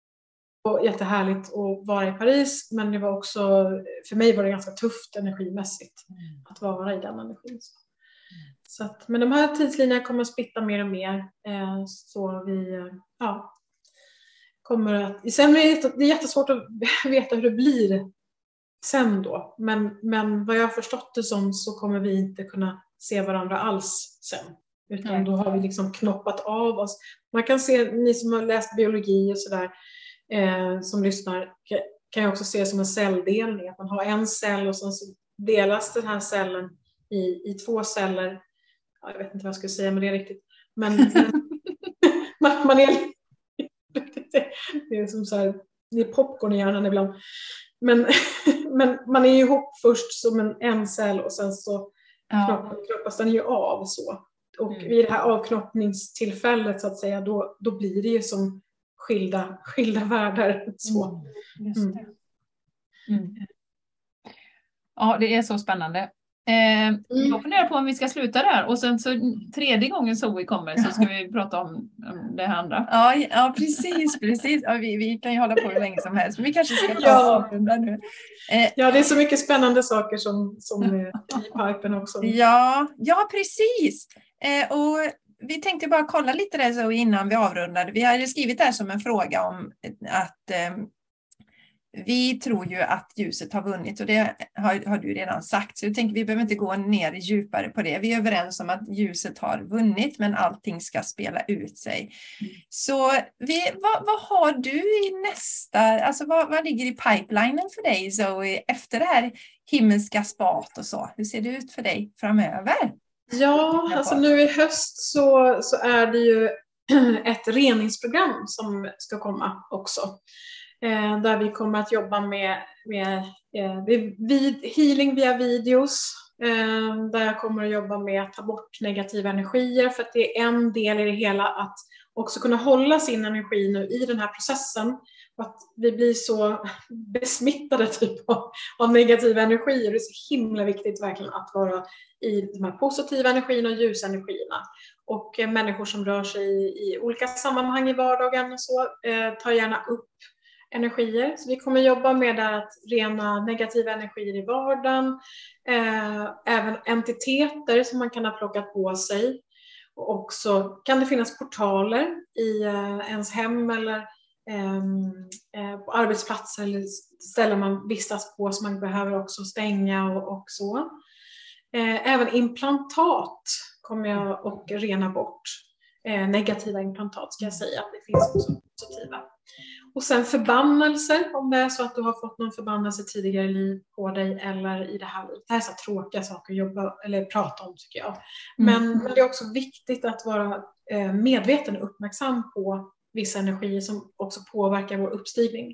Och jättehärligt att vara i Paris men det var också, för mig var det ganska tufft energimässigt mm. att vara i den energin. Så att, men de här tidslinjerna kommer att splitta mer och mer. Eh, så vi ja, kommer att... Sen är det, det är jättesvårt att veta hur det blir sen då. Men, men vad jag har förstått det som så kommer vi inte kunna se varandra alls sen. Utan mm. då har vi liksom knoppat av oss. Man kan se, ni som har läst biologi och sådär, eh, som lyssnar, kan ju också se som en celldelning. Att man har en cell och sen så delas den här cellen i, i två celler. Ja, jag vet inte vad jag skulle säga med det riktigt. Men man, man är det är som så här, det är popcorn i hjärnan ibland. Men, men man är ju ihop först som en, en cell och sen så ja. knoppas den ju av så. Och mm. vid det här avknoppningstillfället så att säga, då, då blir det ju som skilda, skilda världar så. Mm. Just det. Mm. Ja, det är så spännande. Eh, mm. Jag funderar på om vi ska sluta där och sen så tredje gången så vi kommer så ska vi prata om, om det andra. Ja, ja precis, precis. Ja, vi, vi kan ju hålla på hur länge som helst men vi kanske ska ta ja. nu. Eh, ja, det är så mycket spännande saker som, som är i pipen också. Ja, ja precis. Eh, och vi tänkte bara kolla lite där så innan vi avrundade. Vi hade skrivit där som en fråga om att eh, vi tror ju att ljuset har vunnit och det har, har du redan sagt. Så jag tänker vi behöver inte gå ner djupare på det. Vi är överens om att ljuset har vunnit men allting ska spela ut sig. Mm. Så vi, vad, vad har du i nästa, alltså vad, vad ligger i pipelinen för dig Zoe efter det här himmelska spat och så? Hur ser det ut för dig framöver? Ja, alltså nu i höst så, så är det ju ett reningsprogram som ska komma också. Eh, där vi kommer att jobba med, med eh, vid, healing via videos. Eh, där jag kommer att jobba med att ta bort negativa energier. För att det är en del i det hela att också kunna hålla sin energi nu i den här processen. Och att vi blir så besmittade typ av, av negativa energier. Det är så himla viktigt verkligen att vara i de här positiva energierna och ljusenergierna. Och eh, människor som rör sig i, i olika sammanhang i vardagen och så eh, tar gärna upp energier. Så vi kommer jobba med att rena negativa energier i vardagen. Eh, även entiteter som man kan ha plockat på sig. Och också kan det finnas portaler i eh, ens hem eller eh, på arbetsplatser eller ställen man vistas på som man behöver också stänga och, och så. Eh, även implantat kommer jag att rena bort. eh, negativa implantat ska jag säga. Det finns också positiva. Och sen förbannelser, om det är så att du har fått någon förbannelse tidigare i liv på dig eller i det här livet. Det här är så tråkiga saker att jobba eller prata om tycker jag. Men, mm. men det är också viktigt att vara eh, medveten och uppmärksam på vissa energier som också påverkar vår uppstigning.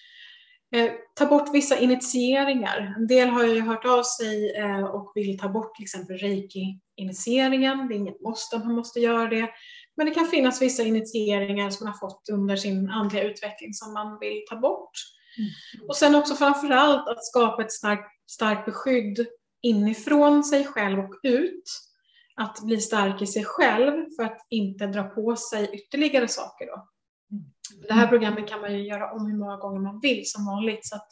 Eh, ta bort vissa initieringar. En del har ju hört av sig eh, och vill ta bort till exempel reiki-initieringen. Det är inget måste, man måste göra det. Men det kan finnas vissa initieringar som man har fått under sin andliga utveckling som man vill ta bort. Mm. Och sen också framförallt att skapa ett starkt, starkt beskydd inifrån sig själv och ut. Att bli stark i sig själv för att inte dra på sig ytterligare saker då. Mm. Det här programmet kan man ju göra om hur många gånger man vill som vanligt. Så att,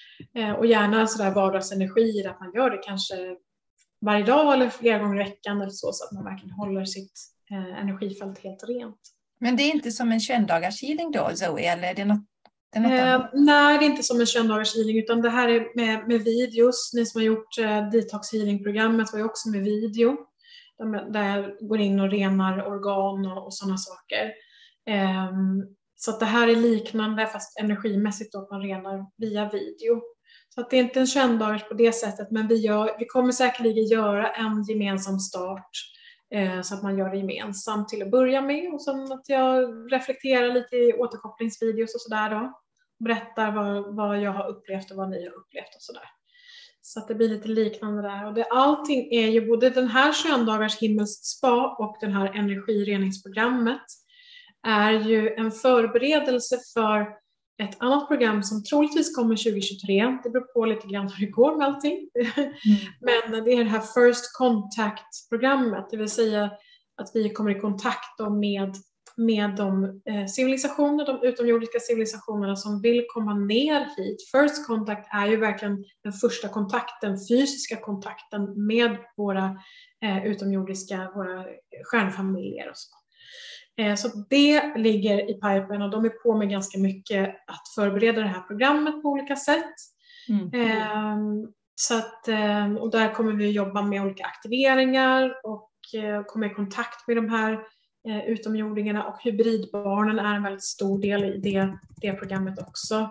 och gärna sådär vardagsenergi att man gör det kanske varje dag eller flera gånger i veckan eller så, så att man verkligen håller sitt eh, energifält helt rent. Men det är inte som en tjugoen dagars healing då, Zoe? Eller är det något, det är något eh, annat? Nej, det är inte som en tjugoen dagars healing utan det här är med, med videos. Ni som har gjort eh, detox healing-programmet var ju också med video. Där, där jag går in och renar organ och, och sådana saker. Eh, så att det här är liknande fast energimässigt då att man renar via video. Så att det är inte en tjugoen dagars på det sättet, men vi, gör, vi kommer säkerligen göra en gemensam start eh, så att man gör det gemensamt till att börja med. Och sen att jag reflekterar lite i återkopplingsvideos och sådär då. Berättar vad, vad jag har upplevt och vad ni har upplevt och sådär. Så att det blir lite liknande där. Och det, allting är ju både den här tjugoen dagars himmelskt spa och den här energireningsprogrammet är ju en förberedelse för ett annat program som troligtvis kommer tjugo tjugotre. Det beror på lite grann hur det går med allting. Mm. Men det är det här First Contact-programmet. Det vill säga att vi kommer i kontakt med, med de eh, civilisationer, de utomjordiska civilisationerna som vill komma ner hit. First Contact är ju verkligen den första kontakten, fysiska kontakten med våra eh, utomjordiska, våra stjärnfamiljer och så. Så det ligger i pipen och de är på med ganska mycket att förbereda det här programmet på olika sätt. Mm. Så att, och där kommer vi jobba med olika aktiveringar och komma i kontakt med de här utomjordingarna och hybridbarnen är en väldigt stor del i det, det programmet också.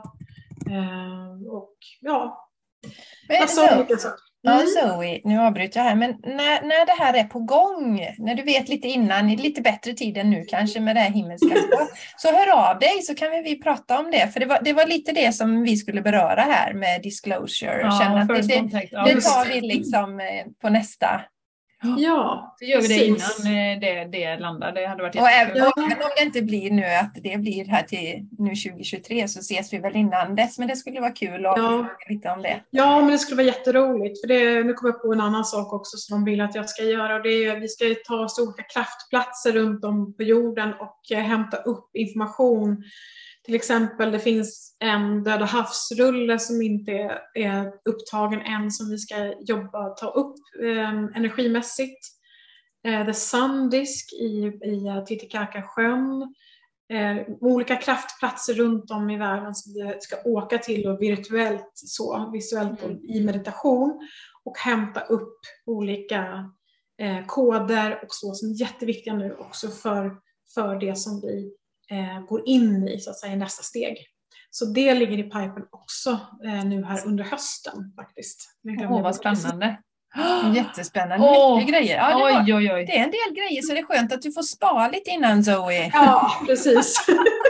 Och ja, alltså olika saker. Ja, Zoe, nu avbryter jag här, men när, när det här är på gång, när du vet lite innan, i lite bättre tid än nu kanske med det här himmelska spår, så hör av dig så kan vi, vi prata om det, för det var, det var lite det som vi skulle beröra här med disclosure. Ja, känna att det, det, det tar vi liksom på nästa. Ja, så gör vi det innan det, det landar. Det hade varit och även, och även om det inte blir nu att det blir här till nu tjugo tjugotre så ses vi väl innan dess. Men det skulle vara kul att ja. fråga lite om det. Ja, men det skulle vara jätteroligt. För det, nu kommer jag på en annan sak också som de vill att jag ska göra. Och det är, vi ska ta oss olika kraftplatser runt om på jorden och eh, hämta upp information. Till exempel det finns en Döda havsrulle som inte är, är upptagen än som vi ska jobba ta upp eh, energimässigt. Eh, The Sun Disk i, i Titicacasjön. Eh, olika kraftplatser runt om i världen som vi ska åka till och virtuellt så, visuellt och i meditation och hämta upp olika eh, koder och så som är jätteviktiga nu också för, för det som vi Eh, går in i så att säga nästa steg. Så det ligger i pipen också eh, nu här under hösten faktiskt. Åh, oh, vad spännande. Jättespännande. Oh, mycket grejer. Ja, det, var, oj, oj, oj. det är en del grejer så det är skönt att du får spara lite innan Zoe. Ja, precis.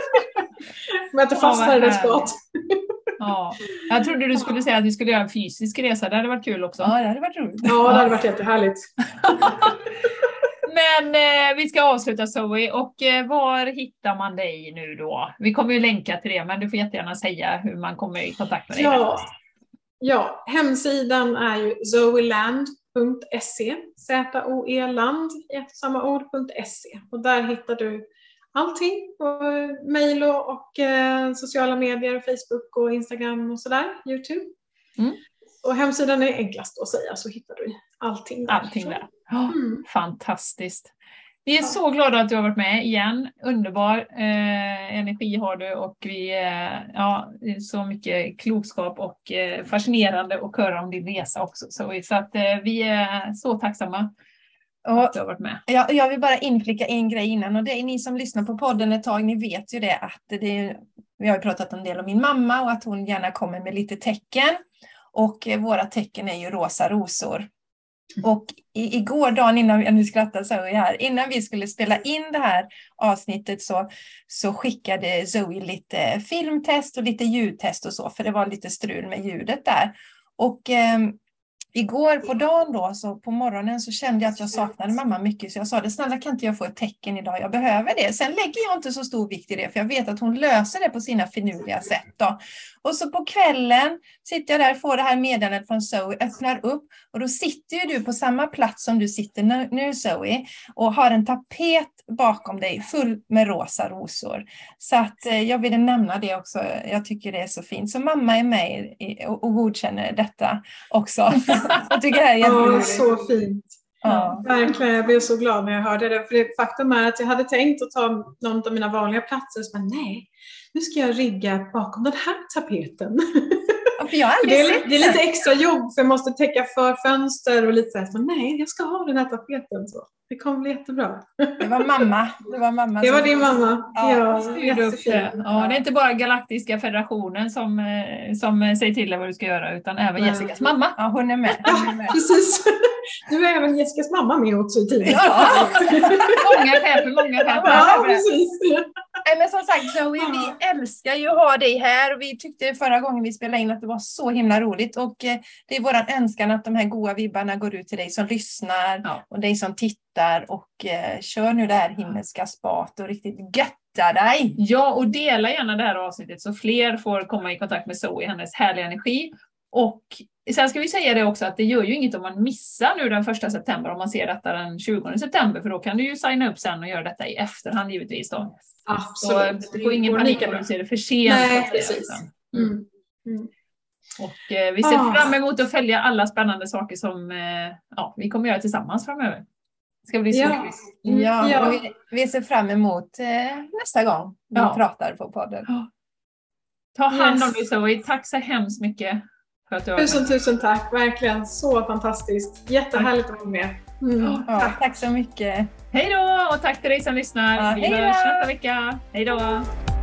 Men att det fastnar i det spat. Ja, jag trodde du skulle säga att vi skulle göra en fysisk resa. Det hade varit kul också. Ja, det hade varit roligt. Ja, det hade varit jättehärligt. Men eh, vi ska avsluta Zoe och eh, var hittar man dig nu då? Vi kommer ju länka till det men du får jättegärna säga hur man kommer i kontakt med dig. Ja, ja hemsidan är ju zoeland punkt se Z O E land i ett samma ord.se och där hittar du allting på mejl och, och eh, sociala medier, Facebook och Instagram och sådär, YouTube. Mm. Och hemsidan är enklast att säga så hittar du allting där. Allting där. Oh, mm. Fantastiskt. Vi är ja. så glada att du har varit med igen. Underbar eh, energi har du och vi eh, ja, så mycket klokskap och eh, fascinerande att höra om din resa också. Så, så att eh, vi är så tacksamma. och, att du har varit med. Jag, jag vill bara inflika en grej innan, och det är ni som lyssnar på podden ett tag, ni vet ju det att det är, vi har ju pratat en del om min mamma och att hon gärna kommer med lite tecken, och eh, våra tecken är ju rosa rosor. Och i, igår dagen innan vi, nu skrattar Zoe här, innan vi skulle spela in det här avsnittet så, så skickade Zoe lite filmtest och lite ljudtest och så, för det var lite strul med ljudet där. Och eh, igår på dagen då, så på morgonen så kände jag att jag saknade mamma mycket, så jag sa det, snälla kan inte jag få ett tecken idag, jag behöver det. Sen lägger jag inte så stor vikt i det, för jag vet att hon löser det på sina finurliga sätt då. Och så på kvällen sitter jag där, får det här meddelandet från Zoe, öppnar upp, och då sitter ju du på samma plats som du sitter nu, nu Zoe, och har en tapet bakom dig full med rosa rosor. Så att eh, jag ville nämna det också, jag tycker det är så fint. Så mamma är med i, och, och godkänner detta också. Jag tycker det här är jätteroligt. Ja, så fint. Ja. Verkligen, jag blev så glad när jag hörde det. För det faktum är att jag hade tänkt att ta någon av mina vanliga platser, men nej, nu ska jag rigga bakom den här tapeten. Ja, för jag har det, är lite, det är lite extra jobb, för jag måste täcka för fönster och lite så här, men nej, jag ska ha den här tapeten så. Det kommer bli jättebra. Det var mamma. Det var, mamma det var din mamma. Ja, ja, det. Ja, det är inte bara Galaktiska federationen som, som säger till dig vad du ska göra, utan även nej. Jessicas mamma. Ja, hon är med. Hon är med. Precis. Nu är även Jessicas mamma med också i tiden. Ja. många chefer, många chefer. Ja, precis. Men som sagt, Zoe, vi älskar ju att ha dig här, och vi tyckte förra gången vi spelade in att det var så himla roligt, och det är våran önskan att de här goda vibbarna går ut till dig som lyssnar ja. och dig som tittar, och eh, kör nu det här himmelska spat och riktigt götta dig. Ja, och dela gärna det här avsnittet så fler får komma i kontakt med Zoe, hennes härliga energi. Och sen ska vi säga det också att det gör ju inget om man missar nu den första september, om man ser detta den tjugonde september, för då kan du ju signa upp sen och göra detta i efterhand givetvis då. Absolut. Så du får ingen panik om du ser det för sent. Nej, precis. Mm. Mm. Och eh, vi ser ah. fram emot att följa alla spännande saker som eh, ja, vi kommer göra tillsammans framöver. Det ska bli så ja. Mm. Ja, ja. Och vi, vi ser fram emot eh, nästa gång vi ja. pratar på podden. Ja. Ta hand om dig, Zoe. Tack så hemskt mycket. För att du tusen, har tusen tack. Verkligen så fantastiskt. Jättehärligt att vara med. Mm. Ja, tack. tack så mycket. Hej då, och tack till dig som lyssnar. Ja, vi hörs nästa vecka. Hej då.